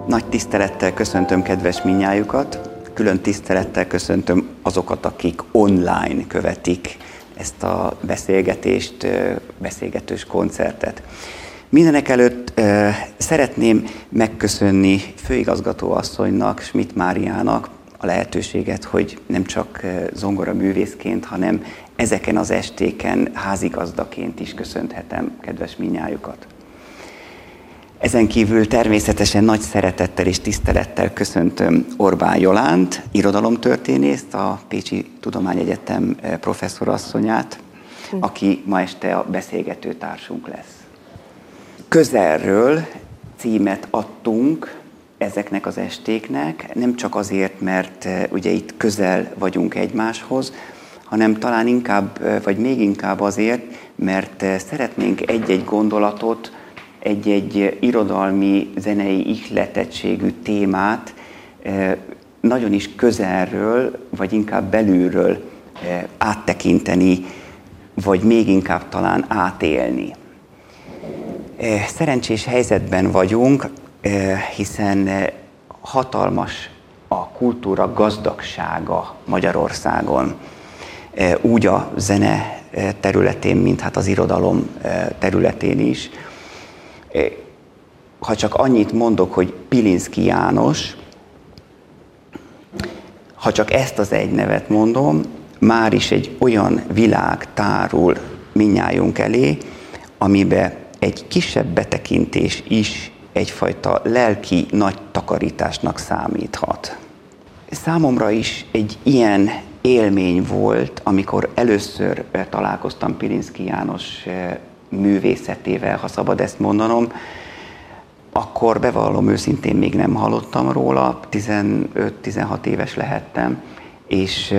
Nagy tisztelettel köszöntöm kedves minnyájukat, külön tisztelettel köszöntöm azokat, akik online követik ezt a beszélgetős koncertet. Mindenekelőtt szeretném megköszönni főigazgatóasszonynak, Schmidt Máriának a lehetőséget, hogy nem csak zongoraművészként, hanem ezeken az estéken házigazdaként is köszönhetem kedves minnyájukat. Ezen kívül természetesen nagy szeretettel és tisztelettel köszöntöm Orbán Jolánt, irodalomtörténészt, a Pécsi Tudományegyetem professzorasszonyát, aki ma este a beszélgető társunk lesz. Közelről címet adtunk ezeknek az estéknek, nem csak azért, mert ugye itt közel vagyunk egymáshoz, hanem talán inkább, vagy még inkább azért, mert szeretnénk egy-egy gondolatot, egy-egy irodalmi, zenei ihletettségű témát nagyon is közelről, vagy inkább belülről áttekinteni, vagy még inkább talán átélni. Szerencsés helyzetben vagyunk, hiszen hatalmas a kultúra gazdagsága Magyarországon, úgy a zene területén, mint hát az irodalom területén is. Ha csak annyit mondok, hogy Pilinszky János, ha csak ezt az egy nevet mondom, már is egy olyan világ tárul mindnyájunk elé, amiben egy kisebb betekintés is egyfajta lelki nagy takarításnak számíthat. Számomra is egy ilyen élmény volt, amikor először találkoztam Pilinszky János művészetével, ha szabad ezt mondanom, akkor bevallom őszintén még nem hallottam róla, 15-16 éves lehettem, és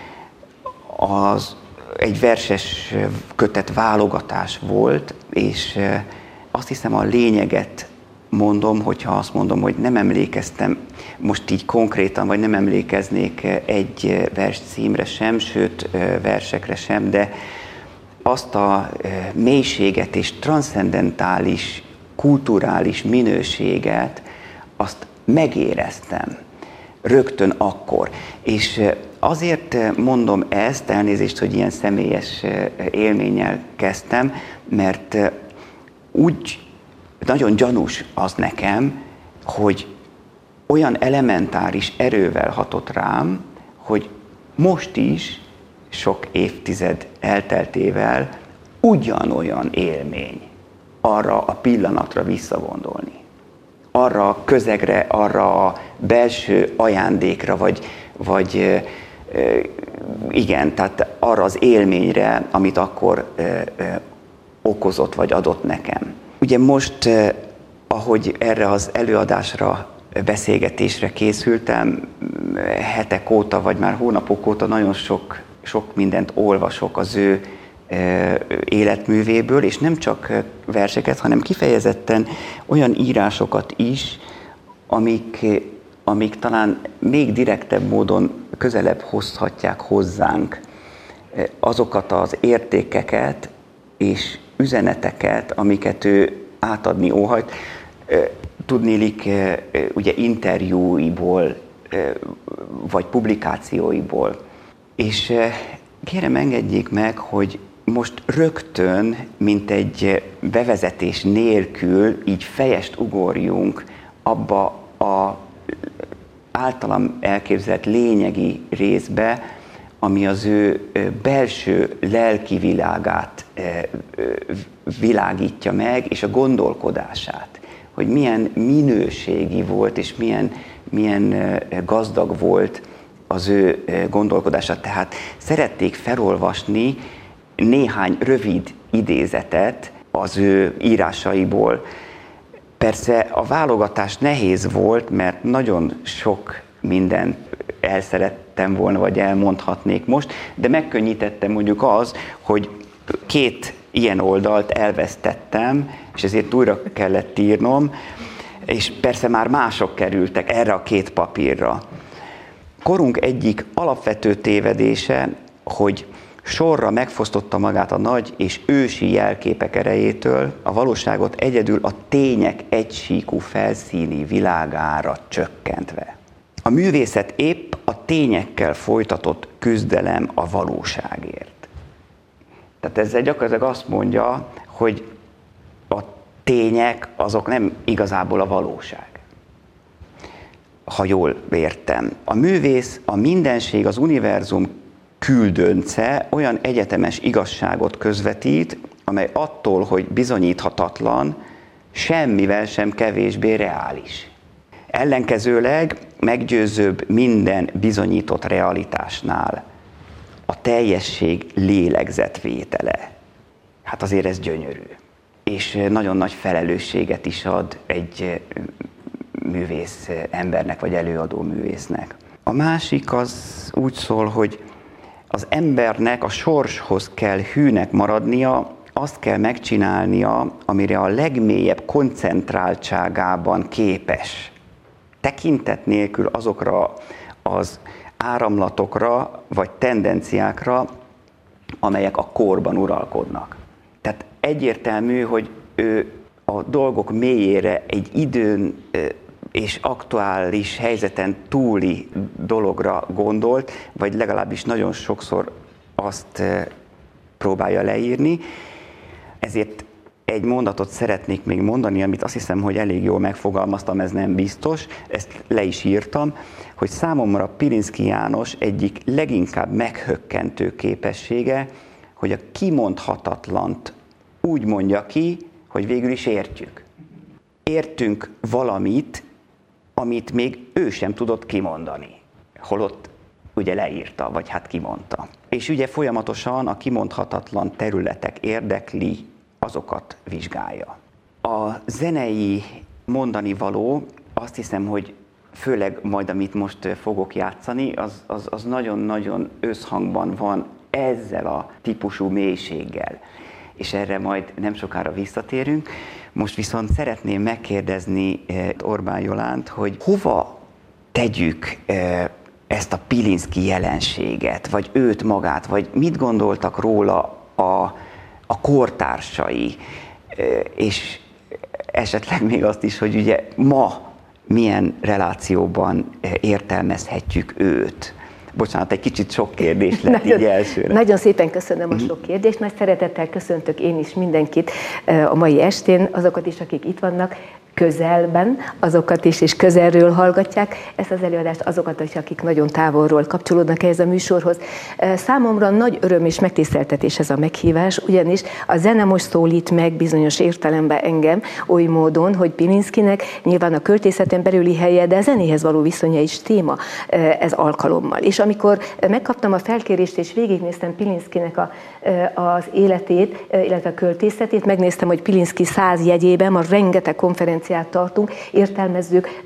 egy verses kötet válogatás volt, és azt hiszem a lényeget mondom, hogyha azt mondom, hogy nem emlékeztem most így konkrétan, vagy nem emlékeznék egy vers címre sem, sőt versekre sem, de azt a mélységet és transzcendentális, kulturális minőséget, azt megéreztem rögtön akkor. És azért mondom ezt, elnézést, hogy ilyen személyes élménnyel kezdtem, mert úgy nagyon gyanús az nekem, hogy olyan elementáris erővel hatott rám, hogy most is, sok évtized elteltével ugyanolyan élmény arra a pillanatra visszagondolni. Arra a közegre, arra a belső ajándékra, vagy igen, tehát arra az élményre, amit akkor okozott, vagy adott nekem. Ugye most, ahogy erre az előadásra, beszélgetésre készültem, hetek óta, vagy már hónapok óta nagyon sok mindent olvasok az ő életművéből, és nem csak verseket, hanem kifejezetten olyan írásokat is, amik talán még direktebb módon közelebb hozhatják hozzánk azokat az értékeket és üzeneteket, amiket ő átadni óhajt. Tudnélik, ugye interjúiból, vagy publikációiból. És kérem, engedjék meg, hogy most rögtön, mint egy bevezetés nélkül, így fejest ugorjunk abba a általam elképzelt lényegi részbe, ami az ő belső lelki világát világítja meg, és a gondolkodását, hogy milyen minőségi volt, és milyen gazdag volt az ő gondolkodása. Tehát szerették felolvasni néhány rövid idézetet az ő írásaiból. Persze a válogatás nehéz volt, mert nagyon sok mindent el szerettem volna, vagy elmondhatnék most, de megkönnyítettem mondjuk az, hogy 2 ilyen oldalt elvesztettem, és ezért újra kellett írnom, és persze már mások kerültek erre a 2 papírra. Korunk egyik alapvető tévedése, hogy sorra megfosztotta magát a nagy és ősi jelképek erejétől, a valóságot egyedül a tények egysíkú felszíni világára csökkentve. A művészet épp a tényekkel folytatott küzdelem a valóságért. Tehát ezzel gyakorlatilag azt mondja, hogy a tények azok nem igazából a valóság. Ha jól értem. A művész, a mindenség, az univerzum küldönce olyan egyetemes igazságot közvetít, amely attól, hogy bizonyíthatatlan, semmivel sem kevésbé reális. Ellenkezőleg meggyőzőbb minden bizonyított realitásnál a teljesség lélegzetvétele. Hát azért ez gyönyörű. És nagyon nagy felelősséget is ad egy művész embernek, vagy előadó művésznek. A másik az úgy szól, hogy az embernek a sorshoz kell hűnek maradnia, azt kell megcsinálnia, amire a legmélyebb koncentráltságában képes. Tekintet nélkül azokra az áramlatokra, vagy tendenciákra, amelyek a korban uralkodnak. Tehát egyértelmű, hogy ő a dolgok mélyére egy időn és aktuális helyzeten túli dologra gondolt, vagy legalábbis nagyon sokszor azt próbálja leírni. Ezért egy mondatot szeretnék még mondani, amit azt hiszem, hogy elég jól megfogalmaztam, ez nem biztos, ezt le is írtam, hogy számomra Pilinszky János egyik leginkább meghökkentő képessége, hogy a kimondhatatlant úgy mondja ki, hogy végül is értjük. Értünk valamit, amit még ő sem tudott kimondani, holott ugye leírta, vagy hát kimondta. És ugye folyamatosan a kimondhatatlan területek érdekli, azokat vizsgálja. A zenei mondani való, azt hiszem, hogy főleg majd, amit most fogok játszani, az nagyon-nagyon összhangban van ezzel a típusú mélységgel. És erre majd nem sokára visszatérünk. Most viszont szeretném megkérdezni Orbán Jolánt, hogy hova tegyük ezt a Pilinszky jelenséget, vagy őt magát, vagy mit gondoltak róla a kortársai, és esetleg még azt is, hogy ugye ma milyen relációban értelmezhetjük őt. Bocsánat, egy kicsit sok kérdés lett így elsőre. Nagyon szépen köszönöm a sok kérdést, nagy szeretettel köszöntök én is mindenkit a mai estén, azokat is, akik itt vannak közelben, azokat is, és közelről hallgatják ezt az előadást, azokat is, akik nagyon távolról kapcsolódnak ehhez a műsorhoz. Számomra nagy öröm és megtiszteltetés ez a meghívás, ugyanis a zene most szólít meg bizonyos értelemben engem oly módon, hogy Pilinszkynek nyilván a költészeten belüli helye, de a zenéhez való viszonya is téma ez alkalommal. És amikor megkaptam a felkérést és végignéztem Pilinszkynek az életét, illetve a költészetét, megnéztem, hogy Pilinszky 100 jegyében ma rengeteg konferenciát tartunk, értelmezzük,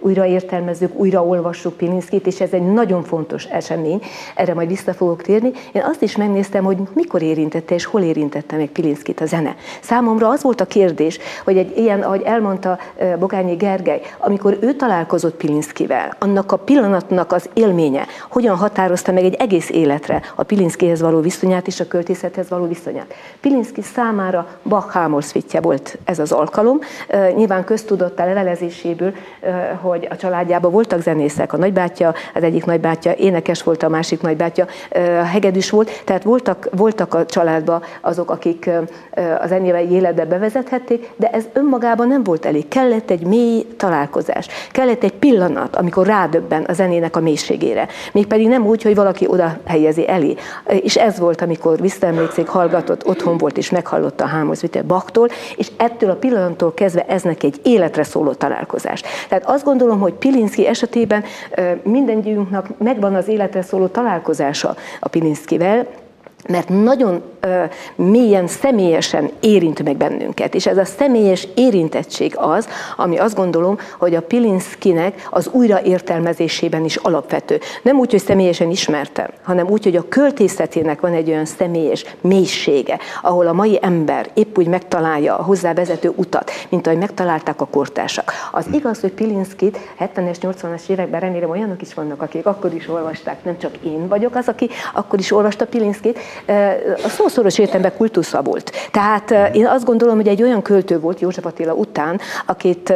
újraolvassuk Pilinszkyt, és ez egy nagyon fontos esemény, erre majd vissza fogok térni. Én azt is megnéztem, hogy mikor érintette és hol érintette meg Pilinszkyt a zene. Számomra az volt a kérdés, hogy egy ilyen, ahogy elmondta Bogányi Gergely, amikor ő találkozott Pilinszkyvel, annak a pillanatnak az élménye, hogyan határozta meg egy egész életre a Pilinszkyhez való viszonyát és a költészethez való viszonyát. Pilinszky számára Bach Hámorszvitje volt ez az alkalom. Nyilván köztudott a levelezéséből, hogy a családjában voltak zenészek, a nagybátyja, az egyik nagybátyja énekes volt, a másik nagybátyja hegedűs volt, tehát voltak a családban azok, akik a zenével életbe bevezethették, de ez önmagában nem volt elég. Kellett egy mély találkozás, kellett egy pillanat, amikor rádöbben a zenének a mélységére. Mégpedig nem úgy, hogy valaki oda helyezi elé. És ez volt, amikor visszaemlékszik, hallgatott, otthon volt és meghallotta a Hámorszvitje Bachtól, és ettől a pillanattól kezdve ez neki egy életre szóló találkozás. Tehát azt gondolom, hogy Pilinszky esetében mindennyiunknak megvan az életre szóló találkozása a Pilinszkyvel, mert nagyon mélyen, személyesen érint meg bennünket. És ez a személyes érintettség az, ami azt gondolom, hogy a Pilinszkynek az újraértelmezésében is alapvető. Nem úgy, hogy személyesen ismertem, hanem úgy, hogy a költészetének van egy olyan személyes mélysége, ahol a mai ember épp úgy megtalálja a hozzá vezető utat, mint ahogy megtalálták a kortársak. Az igaz, hogy Pilinszkyt 70-es, 80-as években remélem olyanok is vannak, akik akkor is olvasták, nem csak én vagyok az, aki akkor is olvasta Pilinszkyt, a szószoros értelemben kultusza volt. Tehát én azt gondolom, hogy egy olyan költő volt József Attila után, akit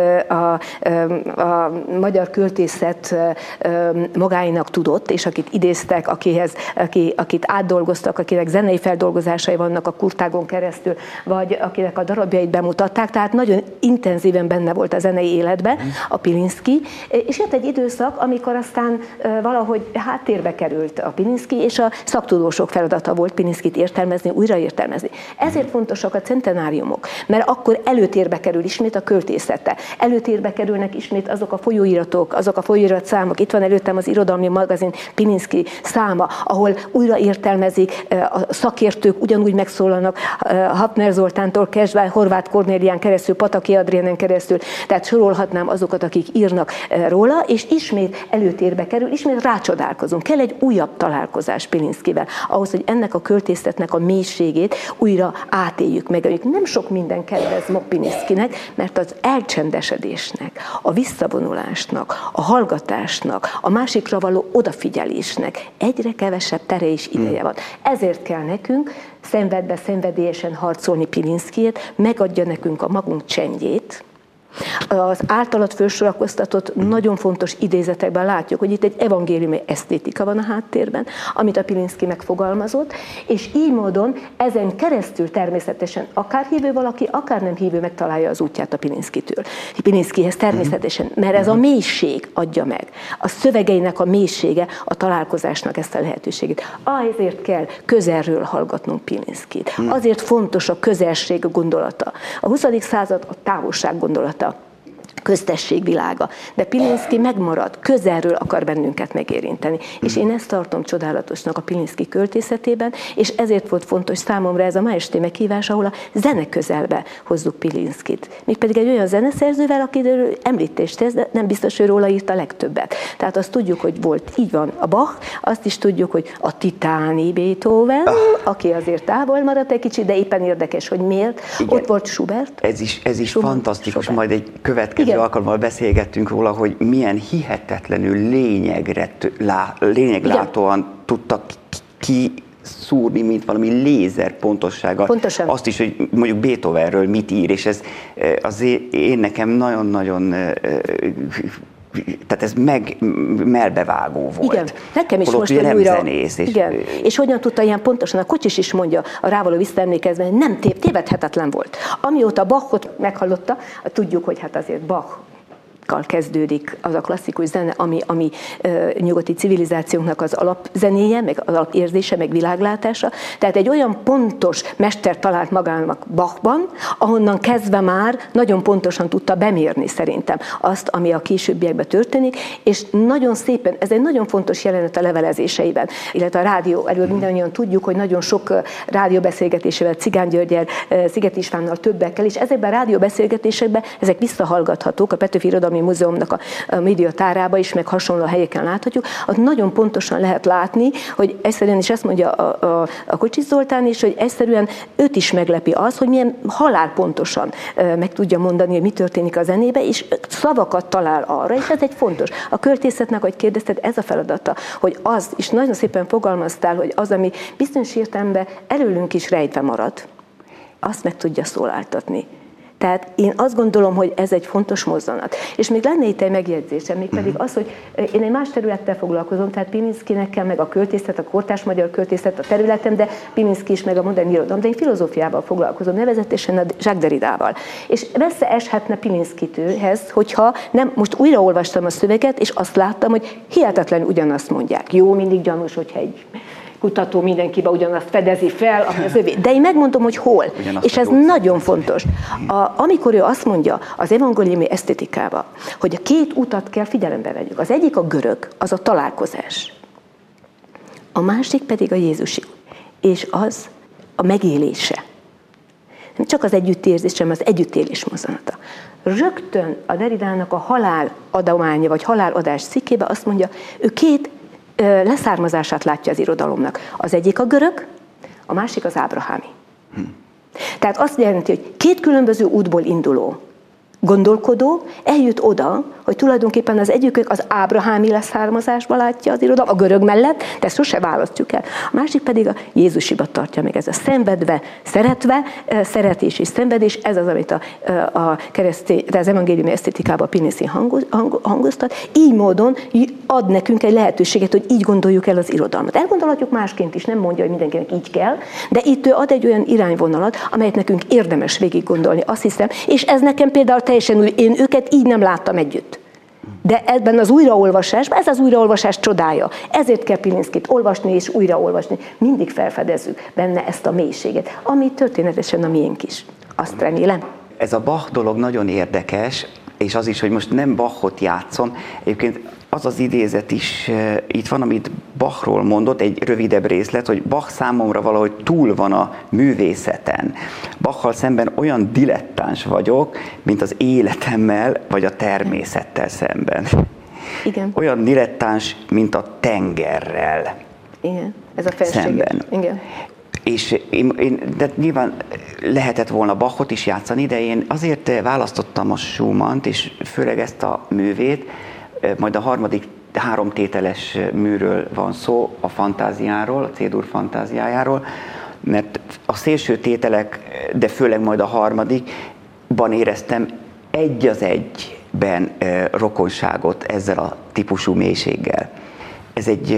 a magyar költészet magáinak tudott, és akit idéztek, akit átdolgoztak, akinek zenei feldolgozásai vannak a kurtágon keresztül, vagy akinek a darabjait bemutatták, tehát nagyon intenzíven benne volt a zenei életben a Pilinszky, és jött egy időszak, amikor aztán valahogy háttérbe került a Pilinszky, és a szaktudósok feladata volt Pilinszkyt értelmezni, újraértelmezni. Ezért fontosak a centenáriumok, mert akkor előtérbe kerül ismét a költészete, előtérbe kerülnek ismét azok a folyóiratok, azok a folyóiratszámok, itt van előttem az Irodalmi Magazin Pilinszky száma, ahol újraértelmezik, a szakértők ugyanúgy megszólalnak, Hafner Zoltántól kezdve, Horváth Kornélián keresztül, Pataki Adriánen keresztül, tehát sorolhatnám azokat, akik írnak róla, és ismét előtérbe kerül, ismét rácsodálkozunk. Kell egy újabb találkozás Pilinszkyvel, ahhoz, hogy ennek a költészetnek a mélységét újra átéljük meg. Nem sok minden kedvez ma Pilinszkynek, mert az elcsendesedésnek, a visszavonulásnak, a hallgatásnak, a másikra való odafigyelésnek egyre kevesebb tere és ideje van. Ezért kell nekünk szenvedve, szenvedélyesen harcolni Pilinszkyért, megadja nekünk a magunk csendjét. Az általad felsorakoztatott nagyon fontos idézetekben látjuk, hogy itt egy evangéliumi esztétika van a háttérben, amit a Pilinszky megfogalmazott, és így módon ezen keresztül természetesen akár hívő valaki, akár nem hívő megtalálja az útját a Pilinszkyhez természetesen, mert ez a mélység adja meg. A szövegeinek a mélysége, a találkozásnak ezt a lehetőségét. Ezért kell közelről hallgatnunk Pilinszkyt. Azért fontos a közelség gondolata. A 20. század a távolság gondolata, köztesség világa. De Pilinszky megmarad, közelről akar bennünket megérinteni. És én ezt tartom csodálatosnak a Pilinszky költészetében, és ezért volt fontos számomra ez a ma esti meghívás, ahol a zene közelbe hozzuk Pilinszkyt. Mégpedig egy olyan zeneszerzővel, akiről említést tesz, de nem biztos, hogy róla írt a legtöbbet. Tehát azt tudjuk, hogy volt, így van a Bach, azt is tudjuk, hogy a titáni Beethoven, aki azért távol maradt egy kicsit, de éppen érdekes, hogy miért. Igen. Ott volt Schubert. Ez is Schubert, fantasztikus, Schubert. Majd egy következő alkalommal beszélgettünk róla, hogy milyen hihetetlenül lényeglátóan tudtak kiszúrni, mint valami lézer pontossággal. Pontosan. Azt is, hogy mondjuk Beethovenről mit ír, és ez azért én nekem nagyon-nagyon, tehát ez melbevágó volt. Igen, nekem is most nem újra. Zenész, és hogyan tudta ilyen pontosan, a Kocsis is mondja a rávaló visszaemlékezve, hogy nem tévedhetetlen volt. Amióta Bachot meghallotta, tudjuk, hogy hát azért Bach kezdődik az a klasszikus zene, ami nyugati civilizációnknak az alapzenéje, meg az alapérzése, meg világlátása. Tehát egy olyan pontos mester talált magának Bachban, ahonnan kezdve már nagyon pontosan tudta bemérni szerintem azt, ami a későbbiekben történik, és nagyon szépen, ez egy nagyon fontos jelenet a levelezéseiben, illetve a rádió, erről mindannyian tudjuk, hogy nagyon sok rádióbeszélgetésével, Cigány Györggyel, Sziget Istvánnal, többekkel, és ezekben a rádióbeszélgetésekben ezek visszahallgathatók, a Petőfi Irodalmi Múzeumnak a médiatárába is, meg hasonló helyeken láthatjuk, ott nagyon pontosan lehet látni, hogy egyszerűen is azt mondja a Kocsis Zoltán is, hogy egyszerűen őt is meglepi az, hogy milyen halálpontosan meg tudja mondani, hogy mi történik a zenébe, és szavakat talál arra, és ez egy fontos. A költészetnek, ahogy kérdezted, ez a feladata, hogy az, és nagyon szépen fogalmaztál, hogy az, ami bizonyos értelemben előlünk is rejtve marad, azt meg tudja szólaltatni. Tehát én azt gondolom, hogy ez egy fontos mozzanat. És még lenne itt egy megjegyzésem, mégpedig az, hogy én egy más területtel foglalkozom, tehát Pilinszkynek kell meg a költészet, a kortárs magyar költészet a területem, de Pilinszky is meg a modern irodalom, de én filozófiával foglalkozom, nevezetesen a Jacques Derridával. És messze eshetne Pilinszkyhez, hogyha nem, most újraolvastam a szöveget, és azt láttam, hogy hihetetlenül ugyanazt mondják. Jó, mindig gyanús, hogyha egy kutató mindenkibe ugyanazt fedezi fel, ami az övé. De én megmondom, hogy hol. Ugyanazt és ez nagyon fontos. Amikor ő azt mondja az evangéliumi esztétikába, hogy a két utat kell figyelembe vegyük. Az egyik a görög, az a találkozás. A másik pedig a Jézusi. És az a megélése. Nem csak az együttérzés, hanem az együttélés mozzanata. Rögtön a Derridának a haláladománya, vagy haláladás cikkébe azt mondja, ő két leszármazását látja az irodalomnak. Az egyik a görög, a másik az ábrahámi. Tehát azt jelenti, hogy két különböző útból induló gondolkodó eljut oda, hogy tulajdonképpen az egyikük az ábrahámi leszármazásba látja az irodalom, a görög mellett, de ezt sose választjuk el. A másik pedig a Jézusiba tartja meg, ez a szenvedve, szeretve, szeretés és szenvedés, ez az, amit az evangéliumi esztétikában Pinisi hangoztat. Így módon ad nekünk egy lehetőséget, hogy így gondoljuk el az irodalmat. Elgondolhatjuk másként is, nem mondja, hogy mindenkinek így kell, de itt ő ad egy olyan irányvonalat, amelyet nekünk érdemes végig gondolni, azt hiszem, és ez nekem például teljesen új, én őket így nem láttam együtt. De ebben az újraolvasásban, ez az újraolvasás csodája. Ezért kell Pilinszkit olvasni és újraolvasni. Mindig felfedezzük benne ezt a mélységet, ami történetesen a miénk is. Azt remélem. Ez a Bach dolog nagyon érdekes, és az is, hogy most nem Bachot játszom. Egyébként az az idézet is itt van, amit Bachról mondott, egy rövidebb részlet, hogy Bach számomra valahogy túl van a művészeten. Bachal szemben olyan dilettáns vagyok, mint az életemmel vagy a természettel szemben. Igen. Olyan dilettáns, mint a tengerrel. Igen, ez a felséges. Szemben. Igen. És de nyilván lehetett volna Bachot is játszani, de én azért választottam a Schumannt, és főleg ezt a művét, majd a harmadik 3 tételes műről van szó, a fantáziáról, a C-dur fantáziájáról, mert a szélső tételek, de főleg majd a harmadikban éreztem egy az egyben rokonságot ezzel a típusú mélységgel. Ez egy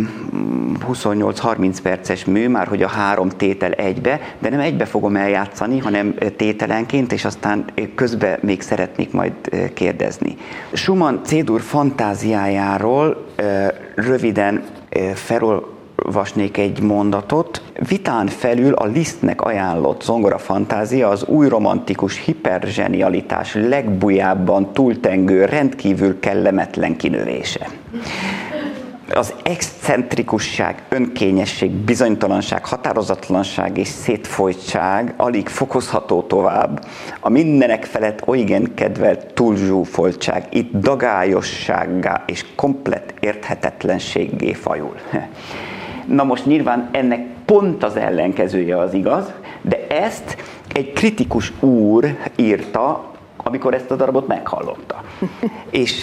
28-30 perces mű, már hogy a 3 tétel egybe, de nem egybe fogom eljátszani, hanem tételenként, és aztán közben még szeretnék majd kérdezni. Schumann C-dur fantáziájáról röviden felolvasnék egy mondatot. Vitán felül a Lisztnek ajánlott zongorafantázia az új romantikus hiperzsenialitás legbujábban túltengő, rendkívül kellemetlen kinövése. Az excentrikusság, önkényesség, bizonytalanság, határozatlanság és szétfolytság alig fokozható tovább. A mindenek felett olyan kedvelt túlzsúfoltság itt dagályossággá és komplett érthetetlenséggé fajul. Na most nyilván ennek pont az ellenkezője az igaz, de ezt egy kritikus úr írta, amikor ezt a darabot meghallotta. És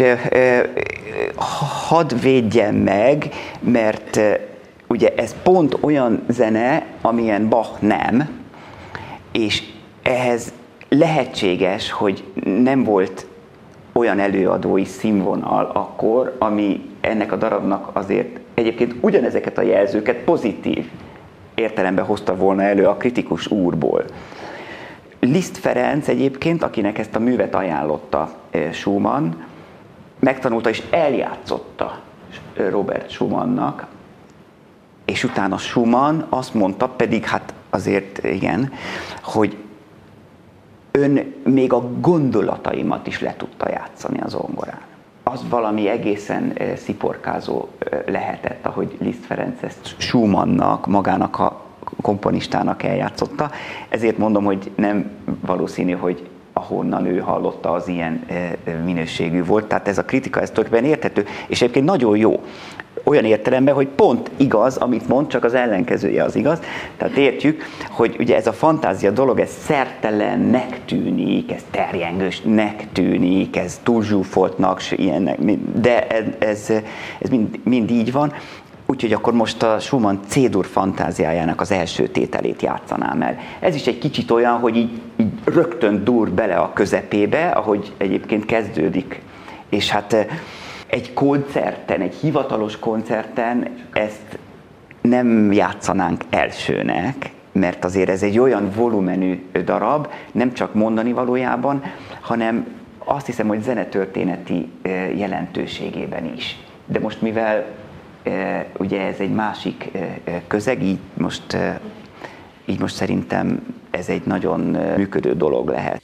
hadd védjem meg, mert ugye ez pont olyan zene, amilyen Bach nem, és ehhez lehetséges, hogy nem volt olyan előadói színvonal akkor, ami ennek a darabnak azért egyébként ugyanezeket a jelzőket pozitív értelemben hozta volna elő a kritikus úrból. Liszt Ferenc egyébként, akinek ezt a művet ajánlotta Schumann, megtanulta és eljátszotta Robert Schumannnak, és utána Schumann azt mondta, pedig hát azért igen, hogy ön még a gondolataimat is le tudta játszani a zongorán. Az valami egészen sziporkázó lehetett, ahogy Liszt Ferenc ezt Schumannnak, magának a komponistának eljátszotta. Ezért mondom, hogy nem valószínű, hogy ahonnan ő hallotta, az ilyen minőségű volt. Tehát ez a kritika, ez tulajdonképpen érthető, és egyébként nagyon jó. Olyan értelemben, hogy pont igaz, amit mond, csak az ellenkezője az igaz. Tehát értjük, hogy ugye ez a fantázia dolog, ez szertelennek tűnik, ez terjengősnek tűnik, ez túlzsúfoltnak, de ez mind így van. Úgyhogy akkor most a Schumann C-dur fantáziájának az első tételét játszanám el. Ez is egy kicsit olyan, hogy így rögtön dur bele a közepébe, ahogy egyébként kezdődik. És hát egy koncerten, egy hivatalos koncerten ezt nem játszanánk elsőnek, mert azért ez egy olyan volumenű darab, nem csak mondani valójában, hanem azt hiszem, hogy zenetörténeti jelentőségében is. De most mivel ugye ez egy másik közeg, így most szerintem ez egy nagyon működő dolog lehet.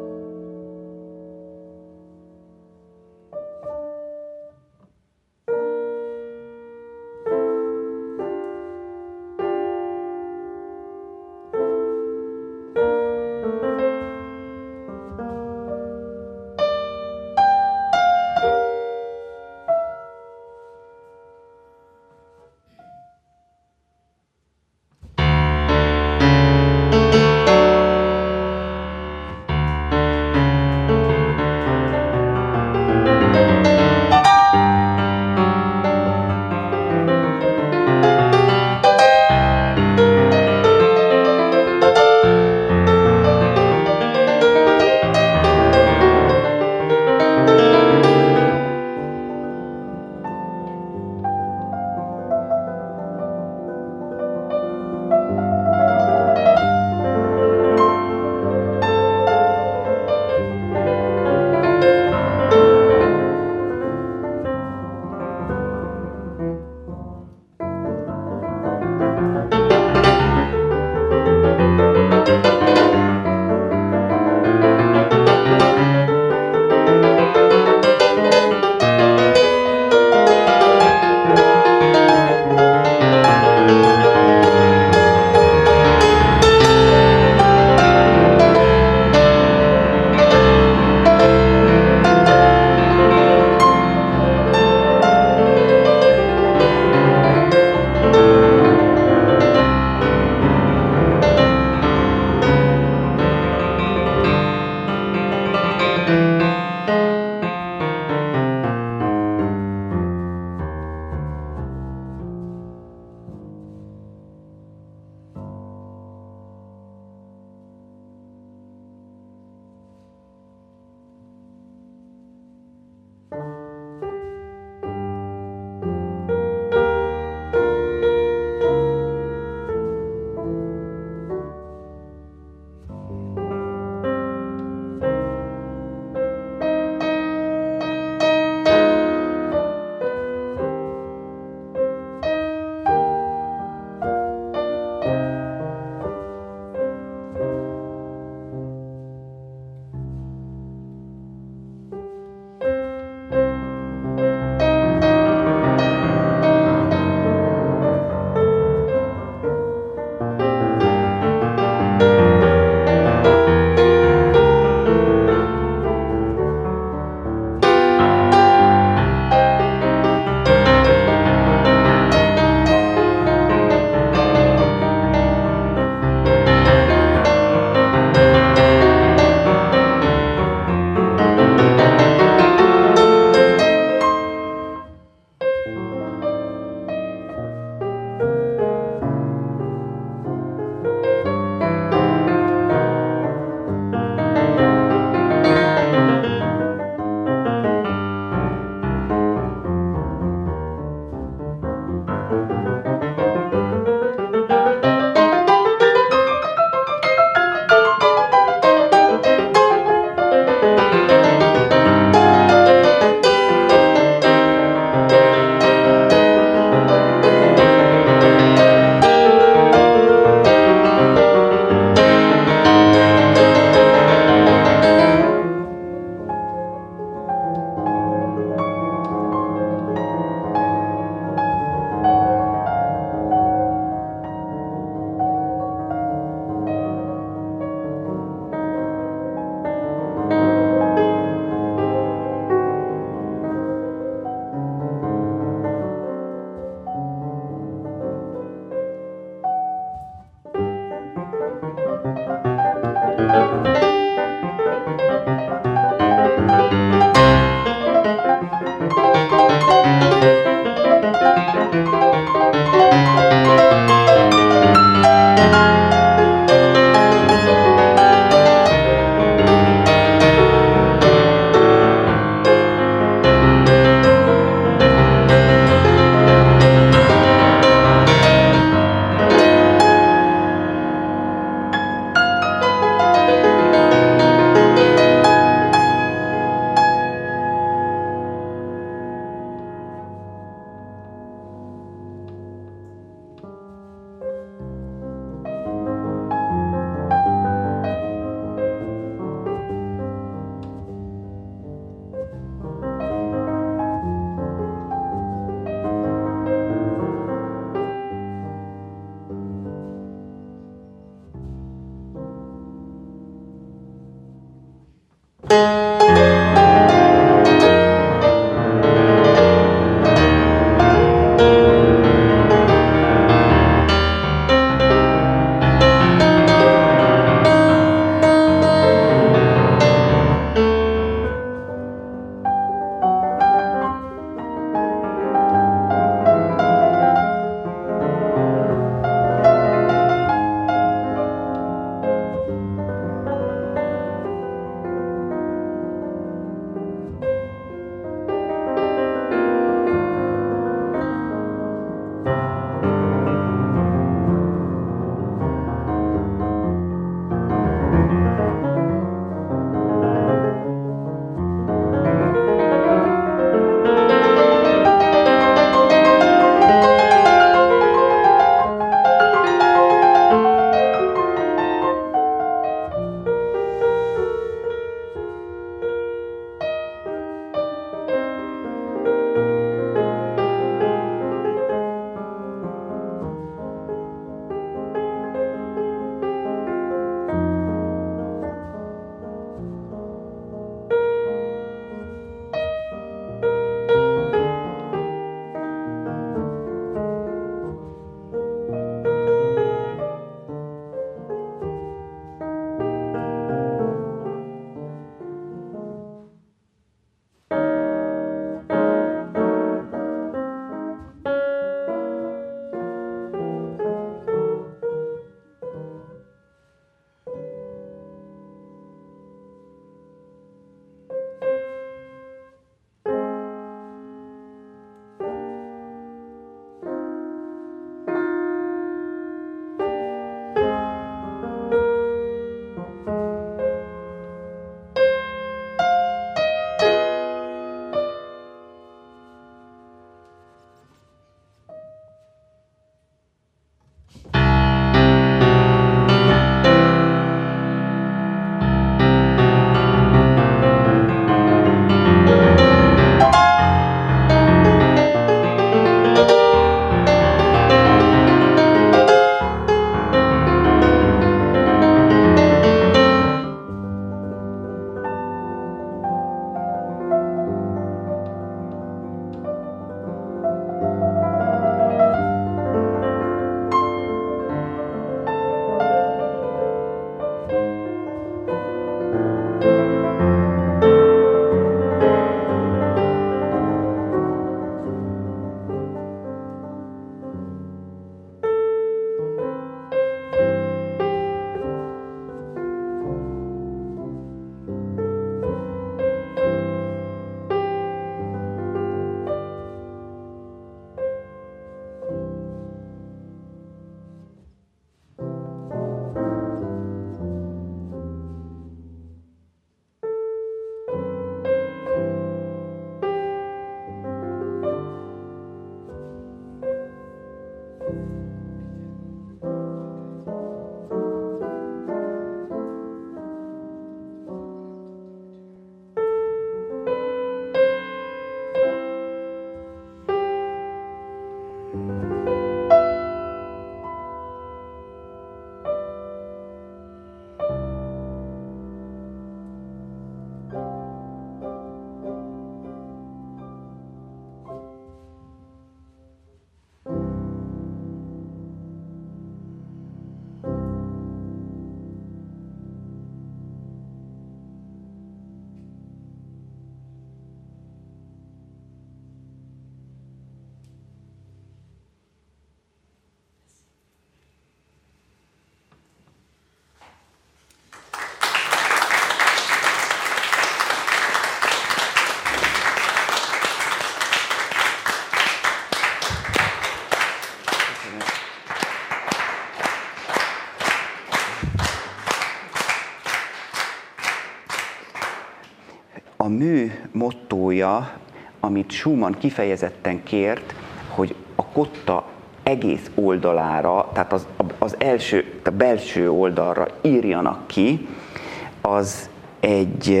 A mű mottója, amit Schumann kifejezetten kért, hogy a kotta egész oldalára, tehát a belső oldalra írjanak ki, az egy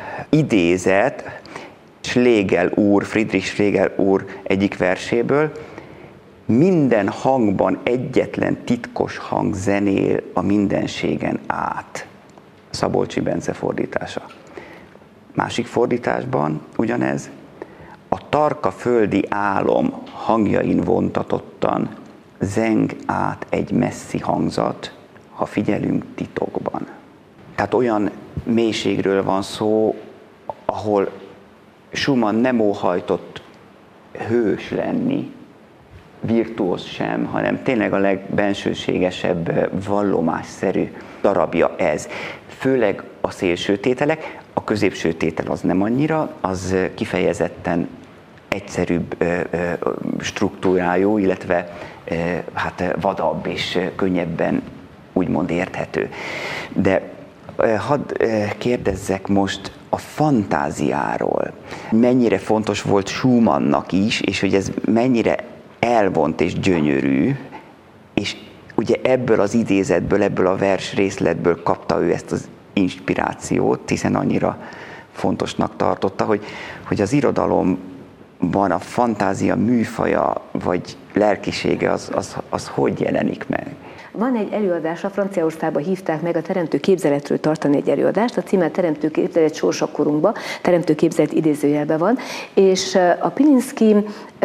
idézet Friedrich Schlegel úr egyik verséből: minden hangban egyetlen titkos hang zenél a mindenségen át. Szabolcsi Bence fordítása. Másik fordításban ugyanez: a tarka földi álom hangjain vontatottan zeng át egy messzi hangzat, ha figyelünk titokban. Tehát olyan mélységről van szó, ahol Schumann nem óhajtott hős lenni, virtuóz sem, hanem tényleg a legbensőségesebb, vallomásszerű darabja ez. Főleg a szélső tételek, a középső tétel az nem annyira, az kifejezetten egyszerűbb struktúrájú, illetve hát vadabb és könnyebben úgymond érthető. De hadd kérdezzek most a fantáziáról. Mennyire fontos volt Schumannnak is, és hogy ez mennyire elvont és gyönyörű, és ugye ebből az idézetből, ebből a vers részletből kapta ő ezt az inspirációt, hiszen annyira fontosnak tartotta, hogy az irodalomban a fantázia műfaja vagy lelkisége az hogy jelenik meg. Van egy előadás, Franciaországban hívták meg a teremtő képzeletről tartani egy előadást, a címe Teremtő képzelet sorsakorunkba, teremtő képzelet idézőjelben van, és a Pilinszky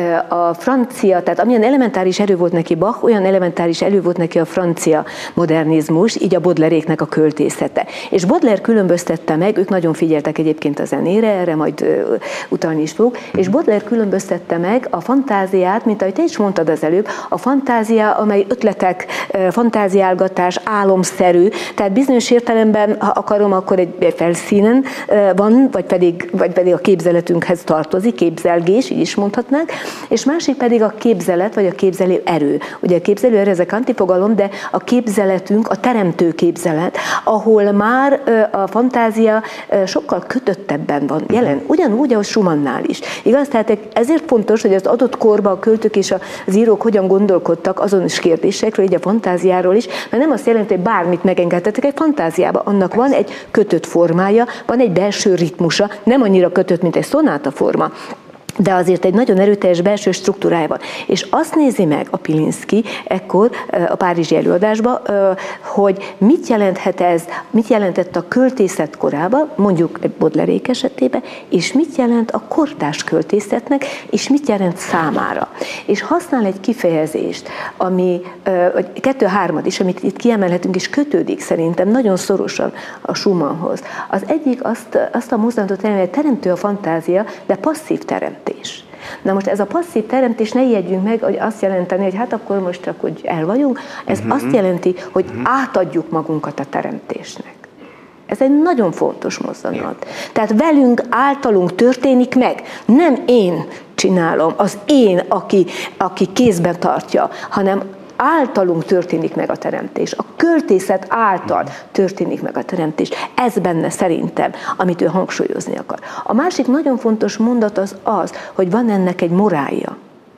a francia, tehát amilyen elementáris erő volt neki Bach, olyan elementáris erő volt neki a francia modernizmus, így a Baudelaire-éknek a költészete. És Baudelaire különböztette meg, ők nagyon figyeltek egyébként a zenére, erre majd utalni is fogok, és Baudelaire különböztette meg a fantáziát, mint ahogy te is mondtad az előbb, a fantázia, amely ötletek, fantáziálgatás, álomszerű, tehát bizonyos értelemben, ha akarom, akkor egy felszínen van, vagy pedig a képzeletünkhez tartozik, képzelgés, így is mondhatnánk, és másik pedig a képzelet, vagy a képzelő erő. Ugye a képzelő erő, ez a kanti fogalom, de a képzeletünk, a teremtő képzelet, ahol már a fantázia sokkal kötöttebben van jelen, ugyanúgy, ahogy Schumannál is. Igaz? Tehát ezért fontos, hogy az adott korban a költők és az írók hogyan gondolkodtak azonos kérdésekről, így a fantáziáról is, mert nem azt jelenti, hogy bármit megengedhetek egy fantáziába, annak van egy kötött formája, van egy belső ritmusa, nem annyira kötött, mint egy szonáta forma, de azért egy nagyon erőteljes belső struktúrája van. És azt nézi meg a Pilinszky ekkor a párizsi előadásban, hogy mit jelenthet ez, mit jelentett a költészet korában, mondjuk egy Baudelaire esetében, és mit jelent a kortárs költészetnek, és mit jelent számára. És használ egy kifejezést, ami, vagy 2-3 is, amit itt kiemelhetünk, és kötődik szerintem nagyon szorosan a Schumannhoz. Az egyik azt a mozdulatot jelenti, hogy teremtő a fantázia, de passzív teremtés. Na most ez a passzív teremtés, ne ijedjünk meg, hogy azt jelenteni, hogy hát akkor most csak úgy el vagyunk, ez azt jelenti, hogy átadjuk magunkat a teremtésnek. Ez egy nagyon fontos mozzanat. Tehát velünk, általunk történik meg. Nem én csinálom, az én, aki kézben tartja, hanem általunk történik meg a teremtés. A költészet által történik meg a teremtés. Ez benne szerintem, amit ő hangsúlyozni akar. A másik nagyon fontos mondat az, hogy van ennek egy morálja.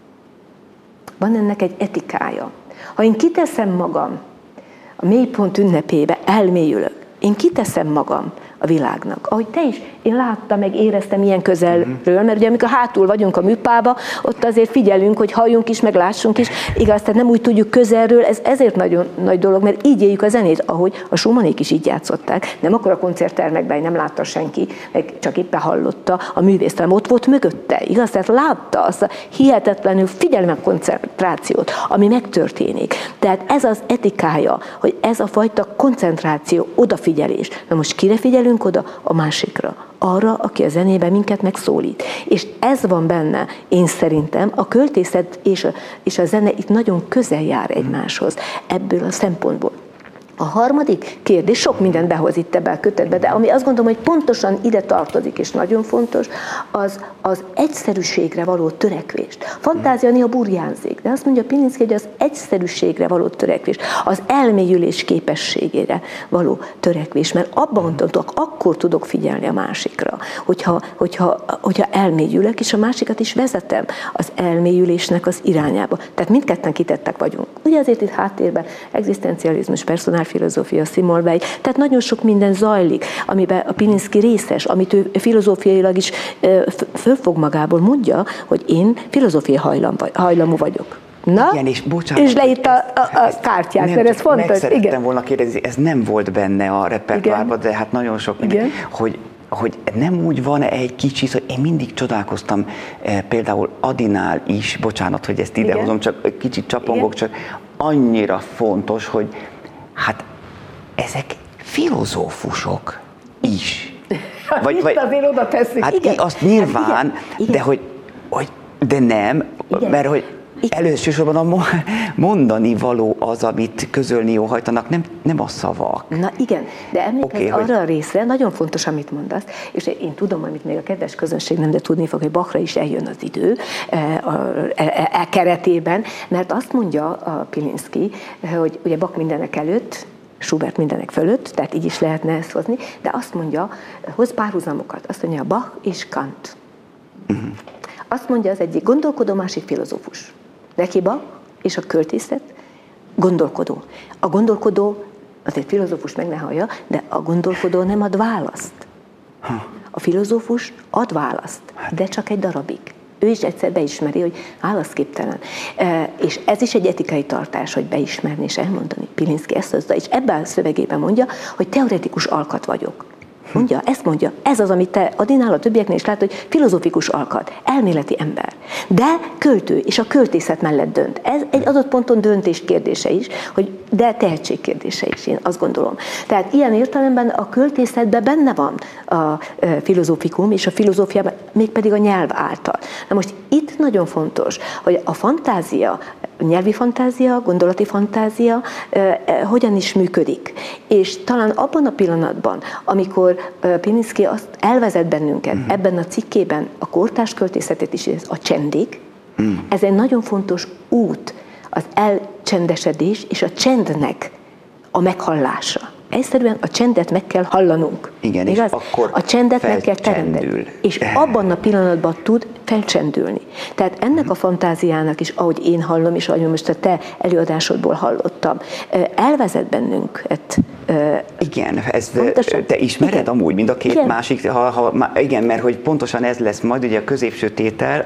Van ennek egy etikája. Ha én kiteszem magam a mélypont ünnepébe, elmélyülök, én kiteszem magam a világnak. Ahogy te is, én láttam, meg éreztem ilyen közelről, mert ugye amikor hátul vagyunk a műpába, ott azért figyelünk, hogy halljunk is, meg lássunk is. Igaz, tehát nem úgy tudjuk közelről, ez ezért nagyon nagy dolog, mert így éljük a zenét, ahogy a Schumannék is így játszották. Nem akkor a koncerttermekben nem látta senki, meg csak éppen hallotta a művész, hanem ott volt mögötte, igaz? Tehát látta azt a hihetetlenül figyelme koncentrációt, ami megtörténik. Tehát ez az etikája, hogy ez a fajta koncentráció, odafigyelés. Na most kire figyelünk oda? A másikra. Arra, aki a zenében minket megszólít. És ez van benne, én szerintem, a költészet és a zene itt nagyon közel jár egymáshoz ebből a szempontból. A harmadik kérdés, sok mindent behoz itt ebbe a kötetbe, de ami azt gondolom, hogy pontosan ide tartozik, és nagyon fontos, az egyszerűségre való törekvést. Fantázia néha burjánzik, de azt mondja Pilinszky, hogy az egyszerűségre való törekvés, az elmélyülés képességére való törekvés, mert abban tudok, akkor tudok figyelni a másikra, hogyha elmélyülök, és a másikat is vezetem az elmélyülésnek az irányába. Tehát mindketten kitettek vagyunk. Ugye azért itt háttérben egzisztencializmus, filozófia, Simone Weil, tehát nagyon sok minden zajlik, amiben a Pilinszky részes, amit ő filozófiailag is fölfog magából, mondja, hogy én filozófiai hajlamú vagyok. Na, igen, és leírt a kártyát, mert ez fontos. Meg szerettem volna kérdezni, ez nem volt benne a repertoárban, de hát nagyon sok minden, hogy nem úgy van egy kicsit, hogy én mindig csodálkoztam például Adinál is, bocsánat, hogy ezt idehozom, csak kicsit csapongok, csak annyira fontos, hogy hát ezek filozófusok is. Vagy azért oda tesszük. Hát igen. Azt nyilván, hát igen. De nem, igen. Mert hogy elősorban a mondani való az, amit közölni óhajtanak, nem a szavak. Na igen, de emlékezz arra a részre, nagyon fontos, amit mondasz, és én tudom, amit még a kedves közönség nem, de tudni fog, hogy Bachra is eljön az idő keretében, mert azt mondja a Pilinszky, hogy ugye Bach mindenek előtt, Schubert mindenek fölött, tehát így is lehetne ezt hozni, de azt mondja, hoz párhuzamokat, azt mondja Bach és Kant. Azt mondja az egyik gondolkodó, másik filozófus. Neki Bach és a költészet gondolkodó. A gondolkodó, azért filozófus meg ne hallja, de a gondolkodó nem ad választ. A filozófus ad választ, de csak egy darabig. Ő is egyszer beismeri, hogy válaszképtelen. És ez is egy etikai tartás, hogy beismerni és elmondani. Pilinszky ezt hozza, és ebben a szövegében mondja, hogy teoretikus alkat vagyok. Mondja, ezt mondja, ez az, amit te Adinál, a többieknél is látod, hogy filozófikus alkat, elméleti ember. De költő, és a költészet mellett dönt. Ez egy adott ponton döntés kérdése is, de tehetség kérdése is, én azt gondolom. Tehát ilyen értelemben a költészetben benne van a filozófikum, és a filozófiában mégpedig a nyelv által. Na most itt nagyon fontos, hogy a fantázia, nyelvi fantázia, gondolati fantázia hogyan is működik. És talán abban a pillanatban, amikor Pilinszky azt elvezet bennünket ebben a cikkében, a kortárs költészetet is, a csendig, ez egy nagyon fontos út, az elcsendesedés és a csendnek a meghallása. Egyszerűen a csendet meg kell hallanunk. Igen, igaz? És akkor a csendet meg kell teremteni. És abban a pillanatban tud felcsendülni. Tehát ennek a fantáziának is, ahogy én hallom, és ahogy most a te előadásodból hallottam, elvezet bennünket. Igen, te ismered amúgy mind a két másik, igen, mert hogy pontosan ez lesz majd, ugye a középső tétel,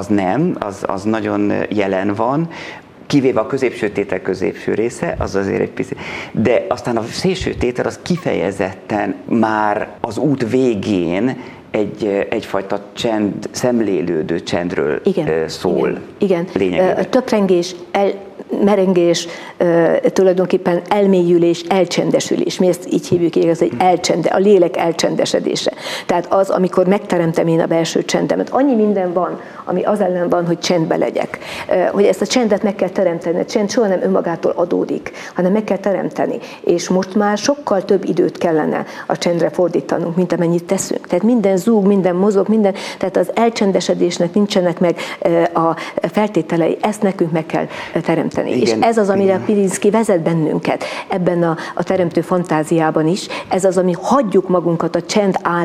az nagyon jelen van, kivéve a középső tétel középső része, az azért egy picit. De aztán a szélső tétel az kifejezetten már az út végén egyfajta csend, szemlélődő csendről szól. Igen. Töprengés, merengés, tulajdonképpen elmélyülés, elcsendesülés. Mi ezt így hívjuk, hogy a lélek elcsendesedése. Tehát az, amikor megteremtem én a belső csendemet. Annyi minden van, ami az ellen van, hogy csendbe legyek. Hogy ezt a csendet meg kell teremteni. A csend soha nem önmagától adódik, hanem meg kell teremteni. És most már sokkal több időt kellene a csendre fordítanunk, mint amennyit teszünk. Tehát minden zúg, minden mozog, tehát az elcsendesedésnek nincsenek meg a feltételei. Ezt nekünk meg kell teremteni. Igen, és ez az, amire Pilinszky vezet bennünket ebben a teremtő fantáziában is, ez az, ami hagyjuk magunkat a csend által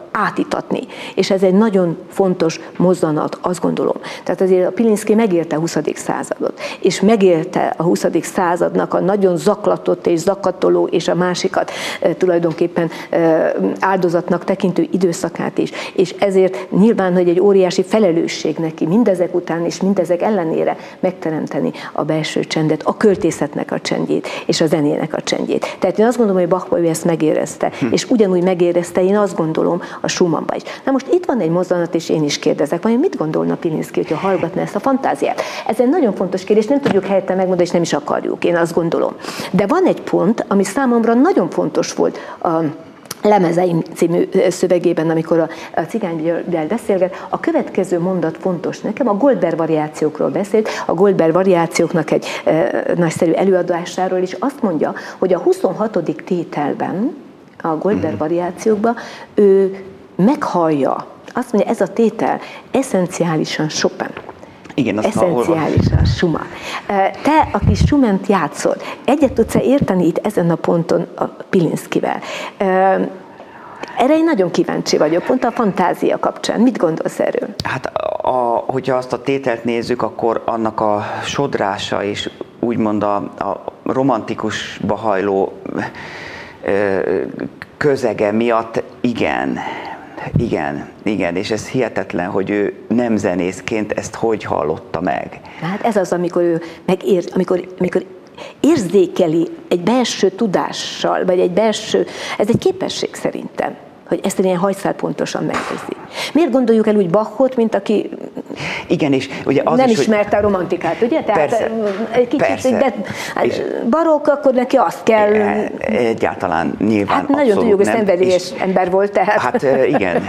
átítatni. És ez egy nagyon fontos mozzanat, azt gondolom. Tehát azért a Pilinszky megélte a 20. századot, és megélte a 20. századnak a nagyon zaklatott és zakatoló, és a másikat tulajdonképpen áldozatnak tekintő időszakát is. És ezért nyilván, hogy egy óriási felelősség neki mindezek után és mindezek ellenére megteremteni a belső csendet, a költészetnek a csendjét és a zenének a csendjét. Tehát én azt gondolom, hogy Bachban ő ezt megérezte, és ugyanúgy megérezte, én azt gondolom, a Schumannban is. Na most itt van egy mozzanat, és én is kérdezek, vajon mit gondolna Pilinszky, hogyha hallgatná ezt a fantáziát? Ez egy nagyon fontos kérdés, nem tudjuk helyette megmondani, és nem is akarjuk, én azt gondolom. De van egy pont, ami számomra nagyon fontos volt a Lemezeim című szövegében, amikor a Cigánybél beszélget, a következő mondat fontos nekem, a Goldberg variációkról beszélt, a Goldberg variációknak egy nagyszerű előadásáról is azt mondja, hogy a 26. tételben, a Goldberg variációkban ő meghallja, azt mondja, ez a tétel eszenciálisan Chopin. Igen, eszenciálisan Schumann. Te, aki Schumannt játszol, egyet tudsz érteni itt ezen a ponton a Pilinszkyvel? Erre én nagyon kíváncsi vagyok, pont a fantázia kapcsán. Mit gondolsz erről? Hát, hogyha azt a tételt nézzük, akkor annak a sodrása és úgymond a romantikusba hajló közege miatt igen, és ez hihetetlen, hogy ő nem zenészként ezt hogy hallotta meg. Hát ez az, amikor ő amikor érzékeli egy belső tudással, vagy egy belső, ez egy képesség szerintem, hogy ezt ilyen hajszálpontosan megérzi. Miért gondoljuk el úgy Bachot, mint aki igen, és ugye az nem is, ismerte a romantikát, ugye? Tehát persze, egy kicsit barokk, akkor neki azt kell... Egyáltalán nyilván hát nagyon tudjuk, hogy szenvedélyes ember volt, tehát... Hát igen,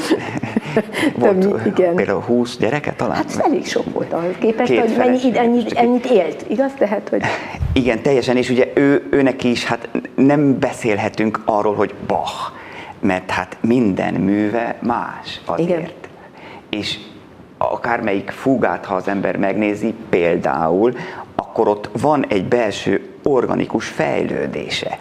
volt igen. Például 20 gyereke talán? Hát elég sok volt ahhoz képest, hogy ennyit élt, igaz? Tehát, hogy... Igen, teljesen, és ugye őnek is, hát nem beszélhetünk arról, hogy Bach, mert hát minden műve más azért. Igen. És akármelyik fúgát, ha az ember megnézi például, akkor ott van egy belső organikus fejlődése.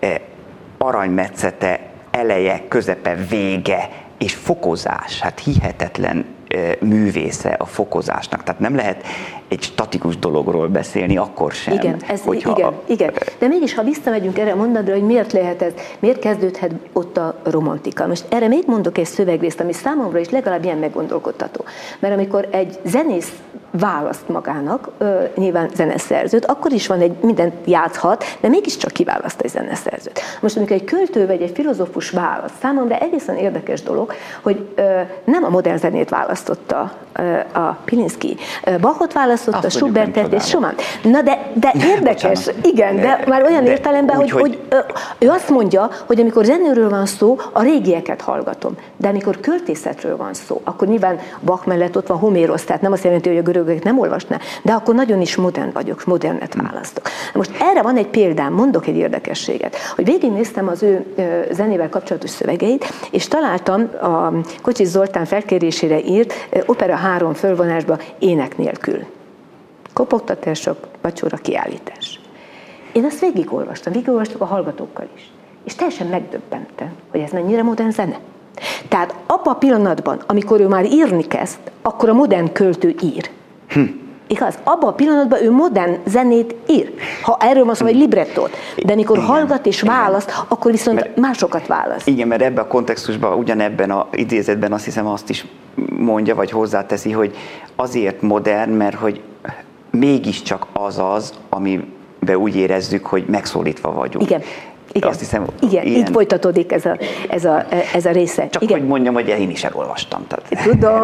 Aranymetszete, eleje, közepe, vége és fokozás. Hát hihetetlen művésze a fokozásnak. Tehát nem lehet egy statikus dologról beszélni akkor sem. Igen, igen. De mégis, ha visszamegyünk erre a mondatra, hogy miért lehet ez, miért kezdődhet ott a romantika. Most erre még mondok egy szövegrészt, ami számomra is legalább ilyen meggondolkodtató. Mert amikor egy zenész választ magának, nyilván zeneszerzőt, akkor is van egy, mindent játszhat, de mégiscsak kiválaszt egy zeneszerzőt. Most amikor egy költő vagy egy filozófus választ, számomra egészen érdekes dolog, hogy nem a modern zenét választotta a Pilinszky. Bachot választotta, Schubertet és Schumann. Na de érdekes, igen, de már olyan értelemben, hogy ő azt mondja, hogy amikor zenéről van szó, a régieket hallgatom. De amikor költészetről van szó, akkor nyilván Bach mellett ott van Homérosz, tehát nem azt jelenti, hogy a görögöket nem olvasná, de akkor nagyon is modern vagyok, modernet választok. Most erre van egy példám, mondok egy érdekességet, hogy végignéztem az ő zenével kapcsolatos szövegeit, és találtam a Kocsis Zoltán felkérésére írt Opera 3 fölvonásba ének nélkül. Kopogtatások, vacsora, kiállítás. Én ezt végigolvastuk a hallgatókkal is. És teljesen megdöbbentem, hogy ez mennyire modern zene. Tehát abban a pillanatban, amikor ő már írni kezd, akkor a modern költő ír. Igaz? Abban a pillanatban ő modern zenét ír. Ha erről van szó, hogy librettót. De amikor hallgat és választ, akkor viszont másokat választ. Igen, mert ebben a kontextusban, ugyanebben az idézetben azt hiszem azt is mondja, vagy hozzáteszi, hogy azért modern, mert hogy mégiscsak az, amiben úgy érezzük, hogy megszólítva vagyunk. Igen. Igen, azt hiszem, igen, így folytatódik ez a része. Csak igen. hogy mondjam, hogy én is elolvastam. Tehát, tudom.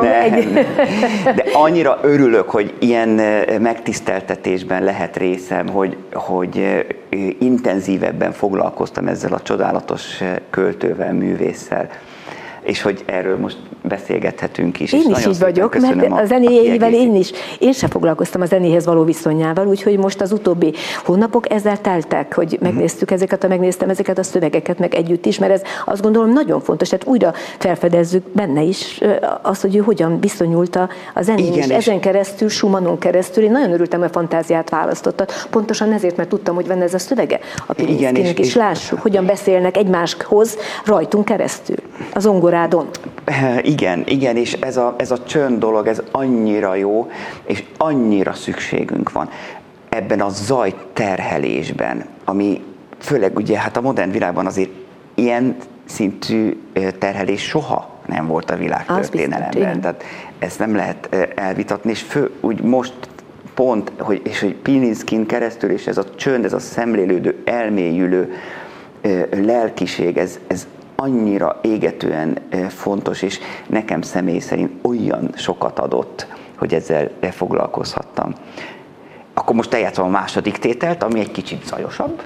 De annyira örülök, hogy ilyen megtiszteltetésben lehet részem, hogy intenzívebben foglalkoztam ezzel a csodálatos költővel, művésszel, és hogy erről most beszélgethetünk is. Én is így vagyok, mert a zenéjével én sem foglalkoztam a zenéhez való viszonyával, úgyhogy most az utóbbi hónapok ezzel teltek, hogy megnéztem ezeket a szövegeket meg együtt is, mert ez azt gondolom nagyon fontos, tehát újra felfedezzük benne is azt, hogy ő hogyan viszonyult a zenéhez. És ezen keresztül, Schumannon keresztül, én nagyon örültem, hogy a fantáziát választottad, pontosan ezért, mert tudtam, hogy van ez a szövege a Pilinszkynek, és lássuk, hogyan beszélnek egymáshoz rajtunk keresztül. a zongorádon. Igen, és ez a csönd dolog, ez annyira jó, és annyira szükségünk van ebben a zajterhelésben, ami főleg ugye hát a modern világban azért ilyen szintű terhelés soha nem volt a világtörténelemben. Tehát ezt nem lehet elvitatni, és úgy most pont, hogy Pilinszkin keresztül, és ez a csönd, ez a szemlélődő, elmélyülő lelkiség, ez annyira égetően fontos, és nekem személy szerint olyan sokat adott, hogy ezzel foglalkozhattam. Akkor most eljátszom a második tételt, ami egy kicsit zajosabb.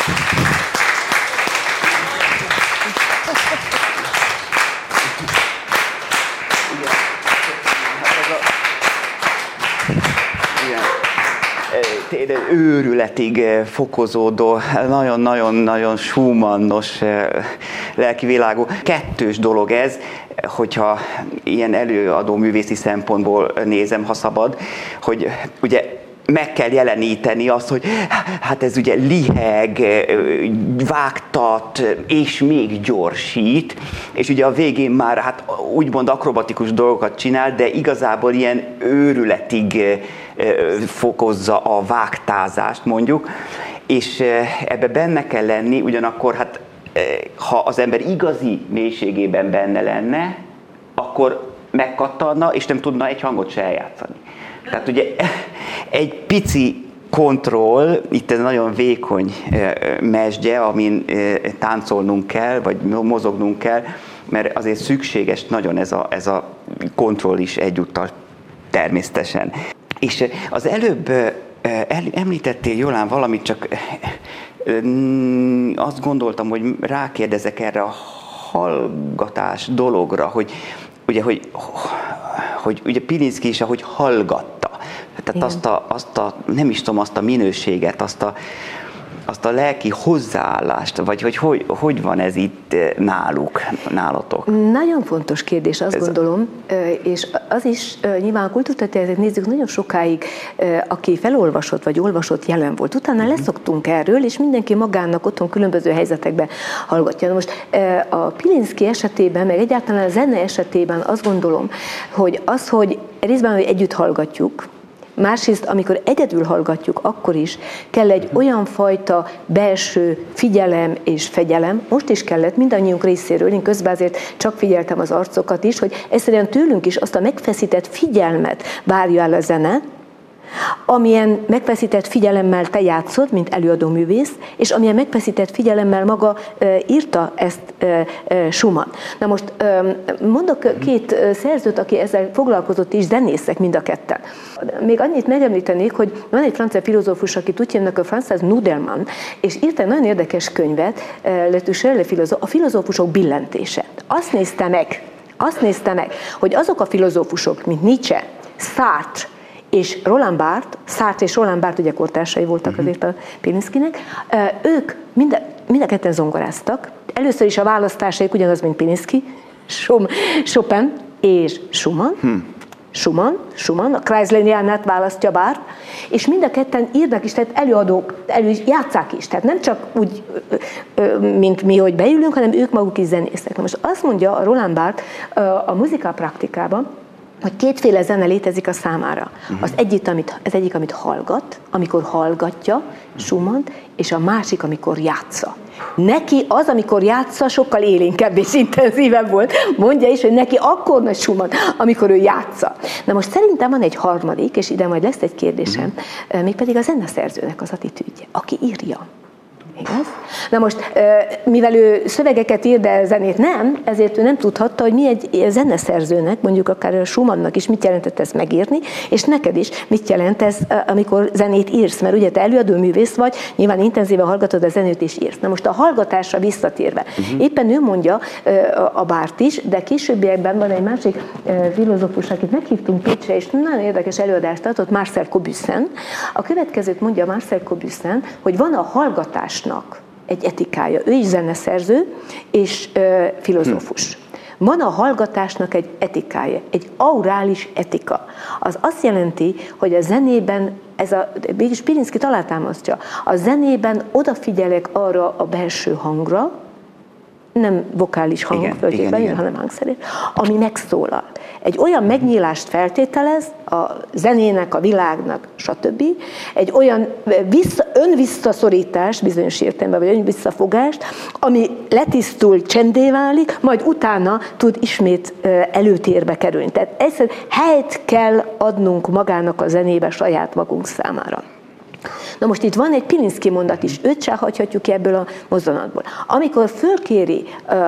Őrületig fokozódó, nagyon Schumannos lelkivilágú. Kettős dolog ez, hogyha ilyen előadó művészi szempontból nézem, ha szabad, hogy ugye meg kell jeleníteni azt, hogy hát ez ugye liheg, vágtat, és még gyorsít, és ugye a végén már hát úgymond akrobatikus dolgokat csinál, de igazából ilyen őrületig fokozza a vágtázást mondjuk, és ebbe benne kell lenni, ugyanakkor hát ha az ember igazi mélységében benne lenne, akkor megkattanna, és nem tudna egy hangot se eljátszani. Tehát ugye egy pici kontroll, itt ez nagyon vékony mesdje, amin táncolnunk kell, vagy mozognunk kell, mert azért szükséges nagyon ez a kontroll is egyúttal természetesen. És az előbb említettél, Jolán, valamit, csak azt gondoltam, hogy rákérdezek erre a hallgatás dologra, hogy ugye Pilinszky is, ahogy hallgatta. Tehát nem is tudom, azt a minőséget, azt a lelki hozzáállást, vagy hogy van ez itt nálatok? Nagyon fontos kérdés, azt gondolom, és az is nyilván a kultúrtörténetet nézzük nagyon sokáig, aki felolvasott vagy olvasott jelen volt. Utána leszoktunk erről, és mindenki magának otthon különböző helyzetekben hallgatja. Na most a Pilinszky esetében, meg egyáltalán a zene esetében azt gondolom, hogy részben, hogy együtt hallgatjuk, másrészt, amikor egyedül hallgatjuk, akkor is kell egy olyan fajta belső figyelem és fegyelem, most is kellett mindannyiunk részéről, én közben azért csak figyeltem az arcokat is, hogy egyszerűen tőlünk is azt a megfeszített figyelmet várja el a zene, amilyen megfeszített figyelemmel te játszod, mint előadó művész, és amilyen megfeszített figyelemmel maga írta ezt Schumann. Na most mondok két szerzőt, aki ezzel foglalkozott is, zenészek mind a ketten. Még annyit megemlítenék, hogy van egy francia filozófus, akit úgy hívnak, a Francis Nudelman, és írt egy nagyon érdekes könyvet, a filozófusok billentése. Azt nézte meg, hogy azok a filozófusok, mint Nietzsche, Sartre, és Roland Barthes ugye kortársai voltak azért a Pilinszkynek, ők mind a ketten zongoráztak. Először is a választásaik ugyanaz, mint Pilinszky, Chopin és Schumann, a Kreisleriánát választja Barthes, és mind a ketten írnak is, tehát játsszák is, tehát nem csak úgy, mint mi, hogy beülünk, hanem ők maguk is zenészek. Na most azt mondja a Roland Barthes a muzikálpraktikában, hogy kétféle zene létezik a számára. Az egyik, amit hallgat, amikor hallgatja Schumannt, és a másik, amikor játsza. Neki az, amikor játsza, sokkal élénkebb és intenzívebb volt. Mondja is, hogy neki akkor nagy Schumann, amikor ő játsza. Na most szerintem van egy harmadik, és ide majd lesz egy kérdésem, mégpedig a zeneszerzőnek az attitűdje, aki írja. Igaz? Na most, mivel ő szövegeket ír, de zenét nem, ezért ő nem tudhatta, hogy mi egy zeneszerzőnek, mondjuk akár Schumannnak is mit jelentett ezt megírni, és neked is mit jelent ez, amikor zenét írsz, mert ugye te előadó művész vagy, nyilván intenzíven hallgatod a zenét és írsz. Na most a hallgatásra visszatérve. Éppen ő mondja a Barthes is, de későbbiekben van egy másik filozófus, akit meghívtunk Pécsre, és nagyon érdekes előadást tartott, Marcel Caubussin. A következőt mondja Marcel Caubussin, hogy van a hallgatás egy etikája. Ő is zeneszerző és filozófus. Van a hallgatásnak egy etikája, egy aurális etika. Az azt jelenti, hogy a zenében, mégis Pilinszky alátámasztja, a zenében odafigyelek arra a belső hangra, nem vokális hangföltében, hanem hangszerét, ami megszólal. Egy olyan megnyílást feltételez a zenének, a világnak, stb. Egy olyan önvisszaszorítást, bizonyos értelemben, vagy önvisszafogást, ami letisztul, csendé válik, majd utána tud ismét előtérbe kerülni. Tehát egyszerűen helyt kell adnunk magának a zenébe saját magunk számára. Na most itt van egy Pilinszky mondat is, őt se hagyhatjuk ki ebből a mozzanatból. Amikor fölkéri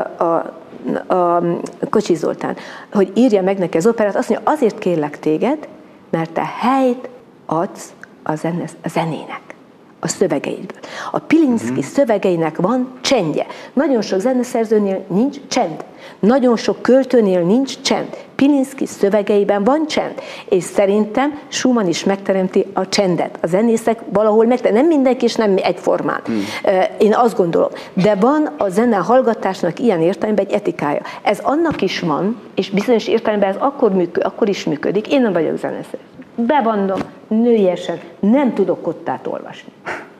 a Kocsis Zoltán, hogy írja meg neki az operát, azt mondja, azért kérlek téged, mert te helyt adsz a zenének. a szövegeiből. A Pilinszky szövegeinek van csendje. Nagyon sok zeneszerzőnél nincs csend. Nagyon sok költőnél nincs csend. Pilinszky szövegeiben van csend. És szerintem Schumann is megteremti a csendet. A zenészek valahol nem mindenki és nem egyformán. Én azt gondolom. De van a zene hallgatásnak ilyen értelemben egy etikája. Ez annak is van, és bizonyos értelemben ez akkor is működik. Én nem vagyok zeneszerző. Bevallom, nőiesen nem tudok kottát olvasni.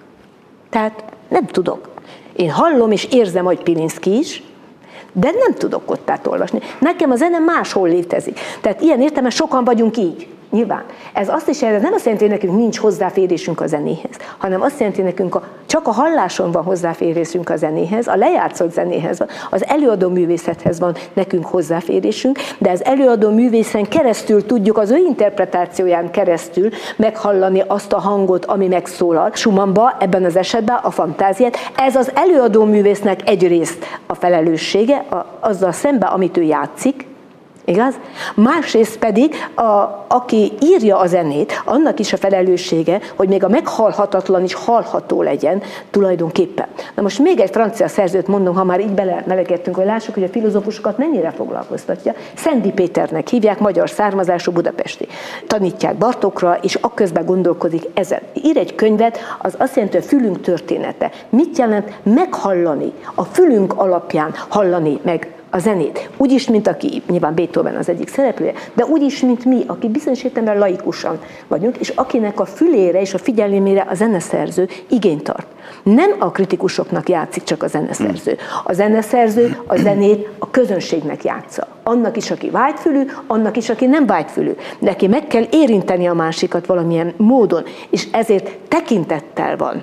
Tehát nem tudok. Én hallom és érzem, hogy Pilinszky is, de nem tudok kottát olvasni. Nekem a zene máshol létezik. Tehát ilyen értelemben sokan vagyunk így. Nyilván. Ez azt is jelenti, nem azt jelenti, hogy nekünk nincs hozzáférésünk a zenéhez, hanem azt jelenti, hogy nekünk csak a halláson van hozzáférésünk a zenéhez, a lejátszott zenéhez van, az előadó művészethez van nekünk hozzáférésünk, de az előadó művészen keresztül tudjuk az ő interpretációján keresztül meghallani azt a hangot, ami megszólal. Schumannba, ebben az esetben a fantáziát. Ez az előadó művésznek egyrészt a felelőssége, azzal szemben, amit ő játszik, igaz? Másrészt pedig, aki írja a zenét, annak is a felelőssége, hogy még a meghalhatatlan is hallható legyen tulajdonképpen. Na most még egy francia szerzőt mondom, ha már így belemelegettünk, hogy lássuk, hogy a filozófusokat mennyire foglalkoztatja. Szendi Péternek hívják, magyar származású, budapesti. Tanítják Bartókra, és akközben gondolkodik ezen. Ír egy könyvet, az azt jelenti, hogy a fülünk története. Mit jelent meghallani, a fülünk alapján hallani meg a zenét. Úgyis, mint aki, nyilván Beethoven az egyik szereplője, de úgyis, mint mi, aki bizonyos értelemben laikusan vagyunk, és akinek a fülére és a figyelmére a zeneszerző igényt tart. Nem a kritikusoknak játszik csak a zeneszerző. A zeneszerző a zenét a közönségnek játsza. Annak is, aki vágyfülű, annak is, aki nem vágyfülű. Neki meg kell érinteni a másikat valamilyen módon, és ezért tekintettel van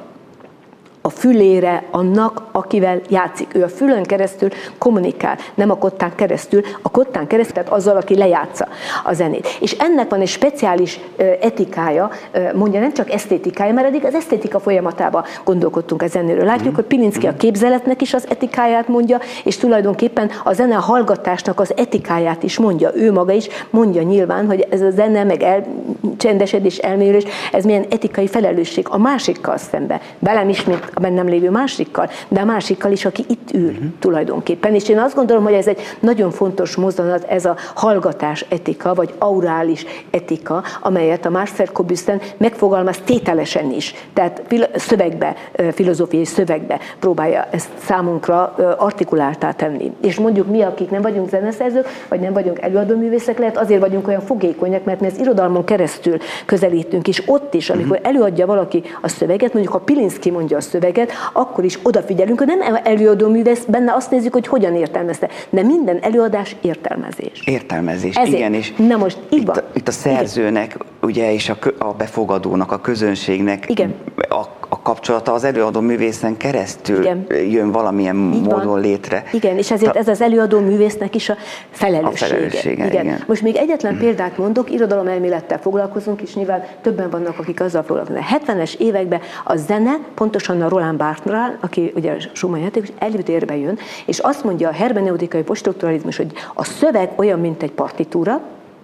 a fülére annak, akivel játszik. Ő a fülön keresztül kommunikál, nem a kottán keresztül, tehát azzal, aki lejátsza a zenét. És ennek van egy speciális etikája, mondja, nem csak esztétikája, mert eddig az esztétika folyamatában gondolkodtunk a zenéről. Látjuk, hogy Pilinszky a képzeletnek is az etikáját mondja, és tulajdonképpen a zene hallgatásnak az etikáját is mondja. Ő maga is mondja nyilván, hogy ez a zene, meg csendesedés, elmélyülés, ez milyen etikai felelősség a másikkal szemben. Velem is, mint a bennem lévő másikkal, de a másikkal is, aki itt ül tulajdonképpen. És én azt gondolom, hogy ez egy nagyon fontos mozzanat, ez a hallgatás etika, vagy aurális etika, amelyet a Marcel Caubussin megfogalmaz tételesen is. Tehát szövegbe, filozófiai szövegbe próbálja ezt számunkra artikuláltá tenni. És mondjuk mi, akik nem vagyunk zeneszerzők, vagy nem vagyunk előadóművészek, lehet azért vagyunk olyan fogékonyak, mert mi az irodalmon keresztül közelítünk, és ott is, amikor előadja valaki a szöveget, mondjuk ha Pilinszky mondja a szöveget, akkor is odafigyelünk, hogy nem előadó művész, benne azt nézzük, hogy hogyan értelmezte. De minden előadás értelmezés. Értelmezés, ezért. Igen. És na most itt a szerzőnek, igen. Ugye, és a befogadónak, a közönségnek igen. A kapcsolata az előadó művészen keresztül igen. jön valamilyen módon létre. Igen, és ezért ez az előadó művésznek is a felelőssége. Igen. Most még egyetlen példát mondok, irodalomelmélettel foglalkozunk, és nyilván többen vannak, akik azzal foglalkoznak. A 70-es években a zene, pontosan a Roland Barthes, aki ugye Schumann játékos, előtérbe jön, és azt mondja a hermeneutikai poststrukturalizmus, hogy a szöveg olyan, mint egy partitúra,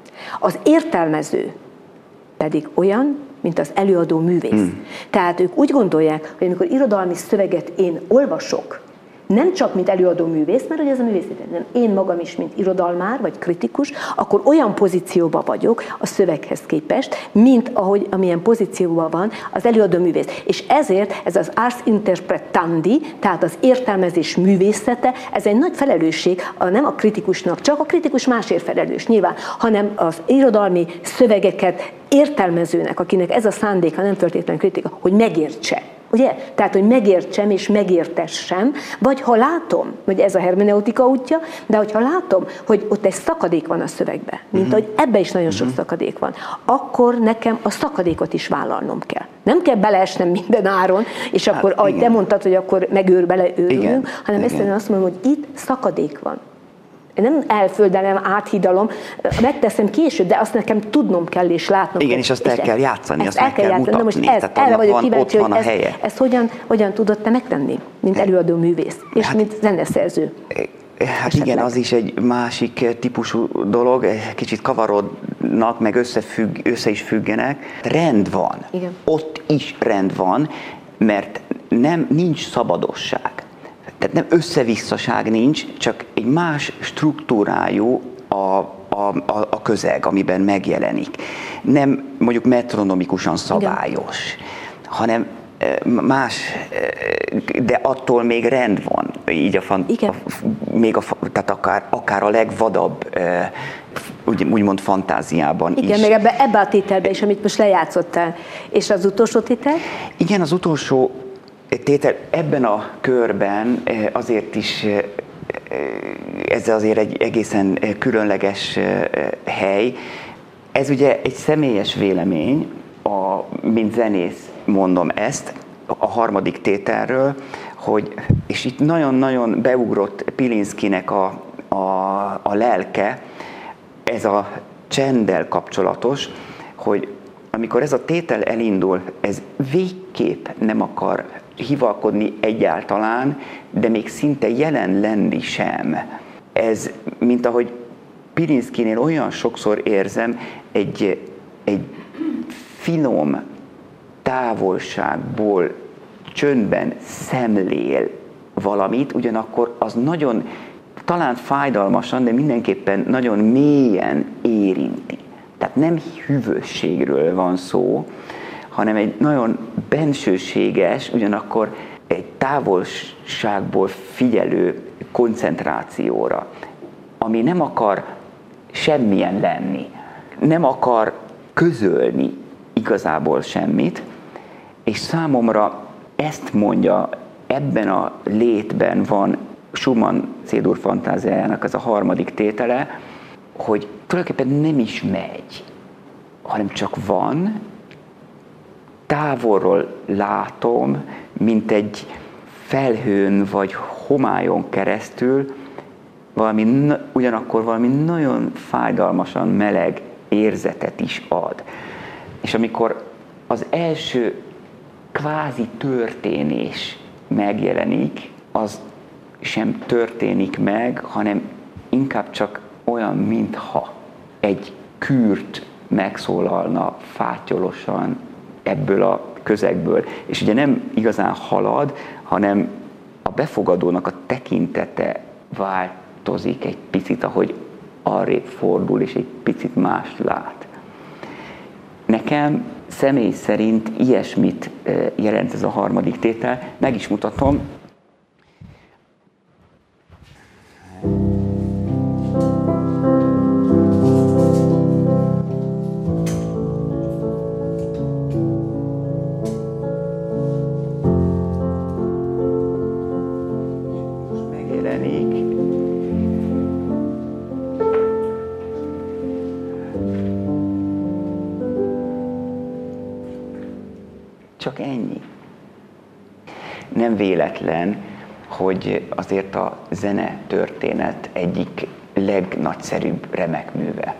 az értelmező pedig olyan, mint az előadó művész. Tehát ők úgy gondolják, hogy amikor irodalmi szöveget én olvasok, nem csak mint előadó művész, mert ugye ez a művészet, nem én magam is, mint irodalmár vagy kritikus, akkor olyan pozícióban vagyok a szöveghez képest, mint amilyen pozícióban van az előadó művész. És ezért ez az ars interpretandi, tehát az értelmezés művészete, ez egy nagy felelősség, nem a kritikusnak, csak a kritikus másért felelős nyilván, hanem az irodalmi szövegeket értelmezőnek, akinek ez a szándéka, nem feltétlenül kritika, hogy megértse. Ugye? Tehát, hogy megértsem és megértessem, vagy ha látom, hogy ez a hermeneutika útja, de hogyha látom, hogy ott egy szakadék van a szövegben, mint hogy ebben is nagyon sok szakadék van, akkor nekem a szakadékot is vállalnom kell. Nem kell beleesnem minden áron, és akkor, ahogy te mondtad, hogy akkor beleőrülünk, hanem egyszerűen azt mondom, hogy itt szakadék van. Én nem elföldelem, áthidalom, megteszem később, de azt nekem tudnom kell és látnom. Igen, és azt el kell játszani, azt meg kell mutatni. Na most erre vagyok kíváncsi, hogy ezt hogyan tudod te megtenni, mint előadó művész, és mint zeneszerző. Hát igen, az is egy másik típusú dolog, kicsit kavarodnak, meg össze is függenek. Rend van, ott is rend van, mert nincs szabadosság. Tehát nem összevisszaság nincs, csak egy más struktúrájú a közeg, amiben megjelenik. Nem mondjuk metronomikusan szabályos, hanem más, de attól még rend van. Így tehát akár a legvadabb, úgymond fantáziában is. Igen, még ebbe a tételben is, amit most lejátszottál. És az utolsó tétel? Igen, az utolsó tétel ebben a körben azért is, ez azért egy egészen különleges hely. Ez ugye egy személyes vélemény, mint zenész mondom ezt, a harmadik tételről, és itt nagyon-nagyon beugrott Pilinszkynek a lelke, ez a csenddel kapcsolatos, hogy amikor ez a tétel elindul, ez végképp nem akar hivalkodni egyáltalán, de még szinte jelen lenni sem. Ez, mint ahogy Pilinszkynél olyan sokszor érzem, egy finom távolságból csöndben szemlél valamit, ugyanakkor az nagyon, talán fájdalmasan, de mindenképpen nagyon mélyen érinti. Tehát nem hűvösségről van szó, hanem egy nagyon bensőséges, ugyanakkor egy távolságból figyelő koncentrációra, ami nem akar semmilyen lenni, nem akar közölni igazából semmit, és számomra ezt mondja, ebben a létben van Schumann C-dur fantáziájának az a harmadik tétele, hogy tulajdonképpen nem is megy, hanem csak van, távolról látom, mint egy felhőn vagy homályon keresztül, ugyanakkor valami nagyon fájdalmasan meleg érzetet is ad. És amikor az első kvázi történés megjelenik, az sem történik meg, hanem inkább csak olyan, mintha egy kürt megszólalna fátyolosan ebből a közegből. És ugye nem igazán halad, hanem a befogadónak a tekintete változik egy picit, ahogy arrébb fordul, és egy picit mást lát. Nekem személy szerint ilyesmit jelent ez a harmadik tétel. Meg is mutatom. Megjelenik. Csak ennyi. Nem véletlen, hogy azért a zenetörténet egyik legnagyszerűbb remek műve.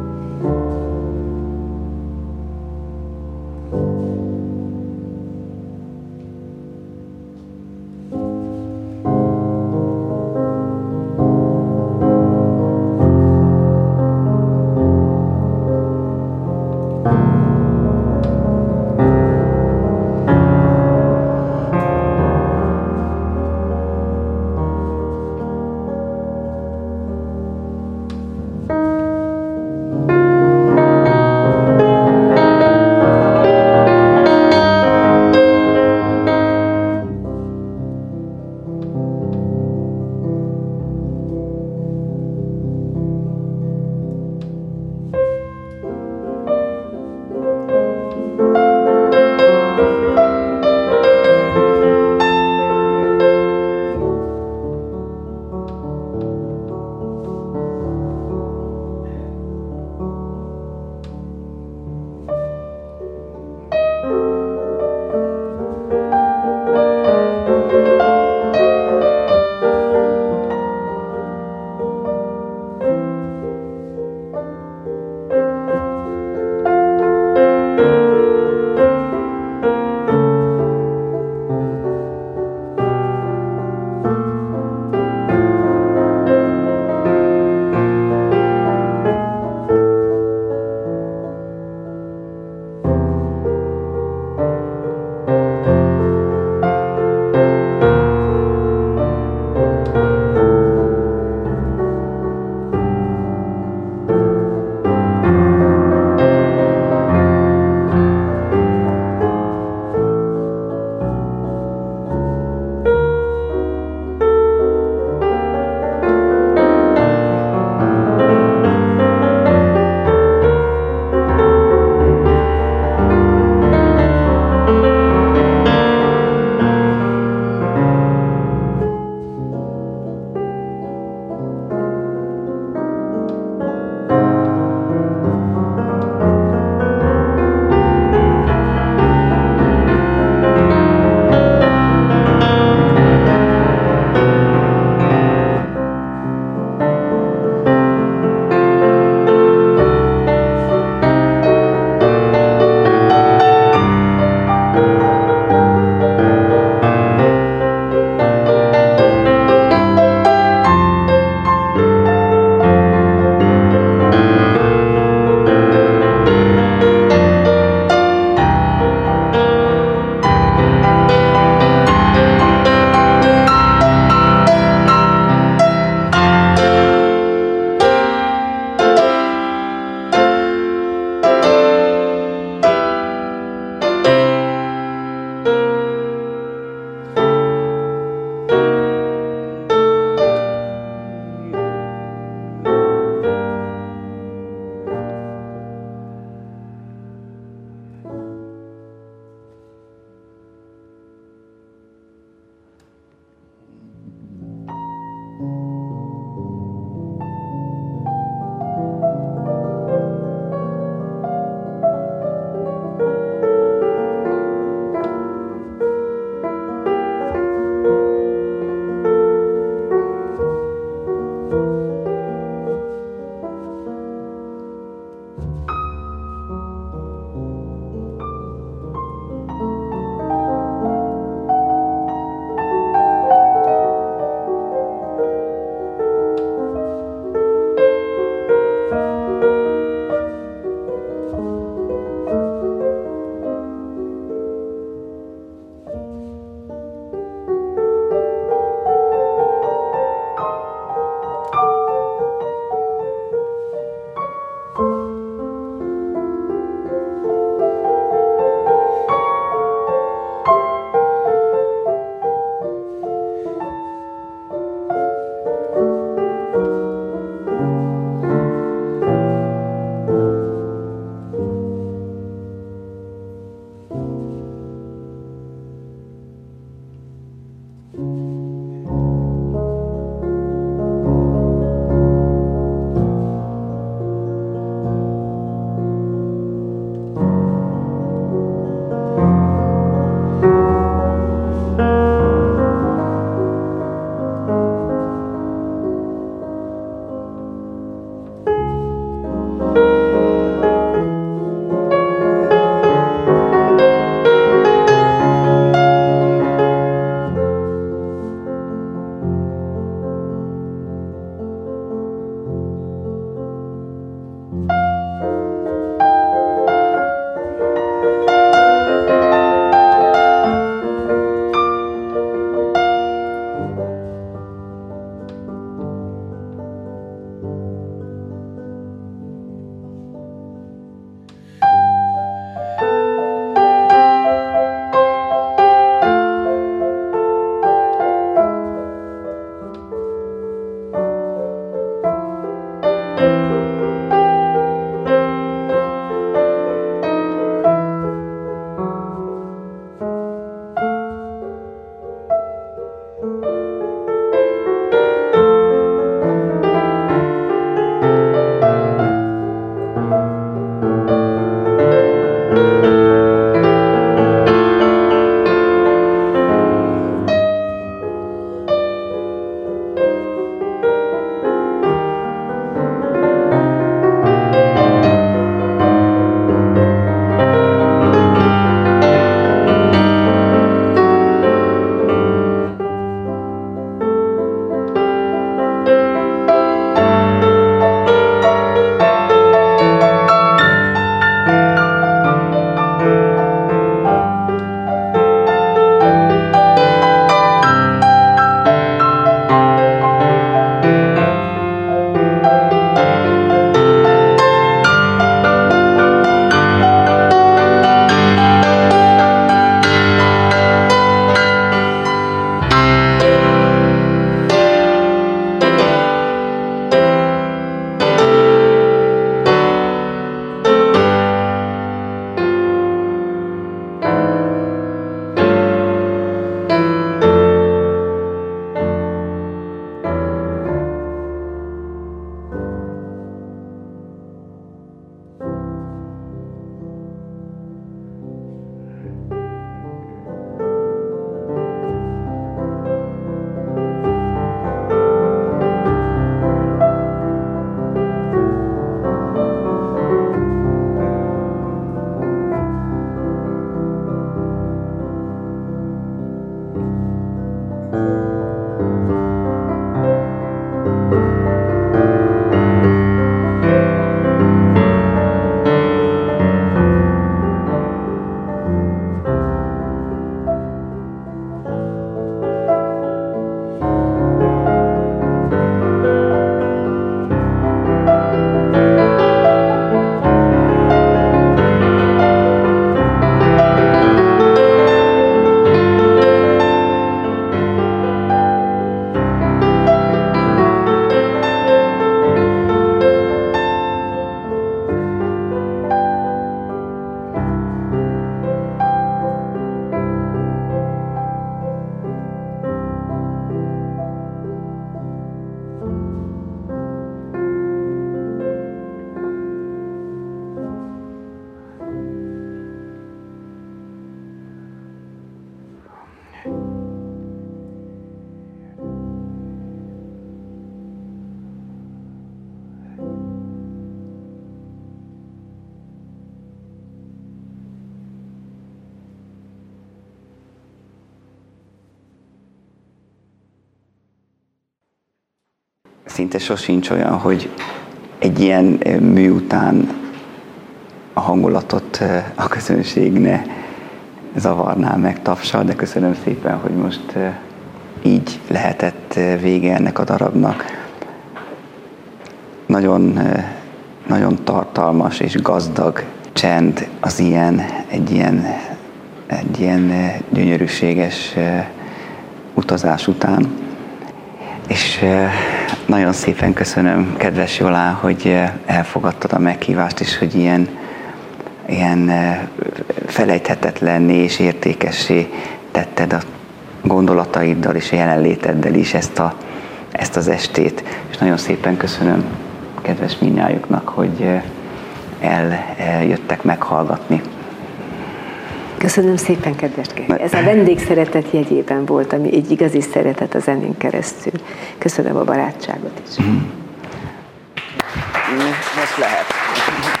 szinte sosincs olyan, hogy egy ilyen mű után a hangulatot a közönség ne zavarná meg tapsal, de köszönöm szépen, hogy most így lehetett vége ennek a darabnak. Nagyon, nagyon tartalmas és gazdag csend az egy ilyen gyönyörűséges utazás után. És nagyon szépen köszönöm, kedves Jolán, hogy elfogadtad a meghívást, és hogy ilyen felejthetetlenné és értékessé tetted a gondolataiddal és a jelenléteddel is ezt az estét. És nagyon szépen köszönöm kedves mindnyájuknak, hogy eljöttek meghallgatni. Köszönöm szépen, kedves Geri. Ez a vendégszeretet jegyében volt, ami egy igazi szeretet a zenén keresztül. Köszönöm a barátságot is. Most lehet.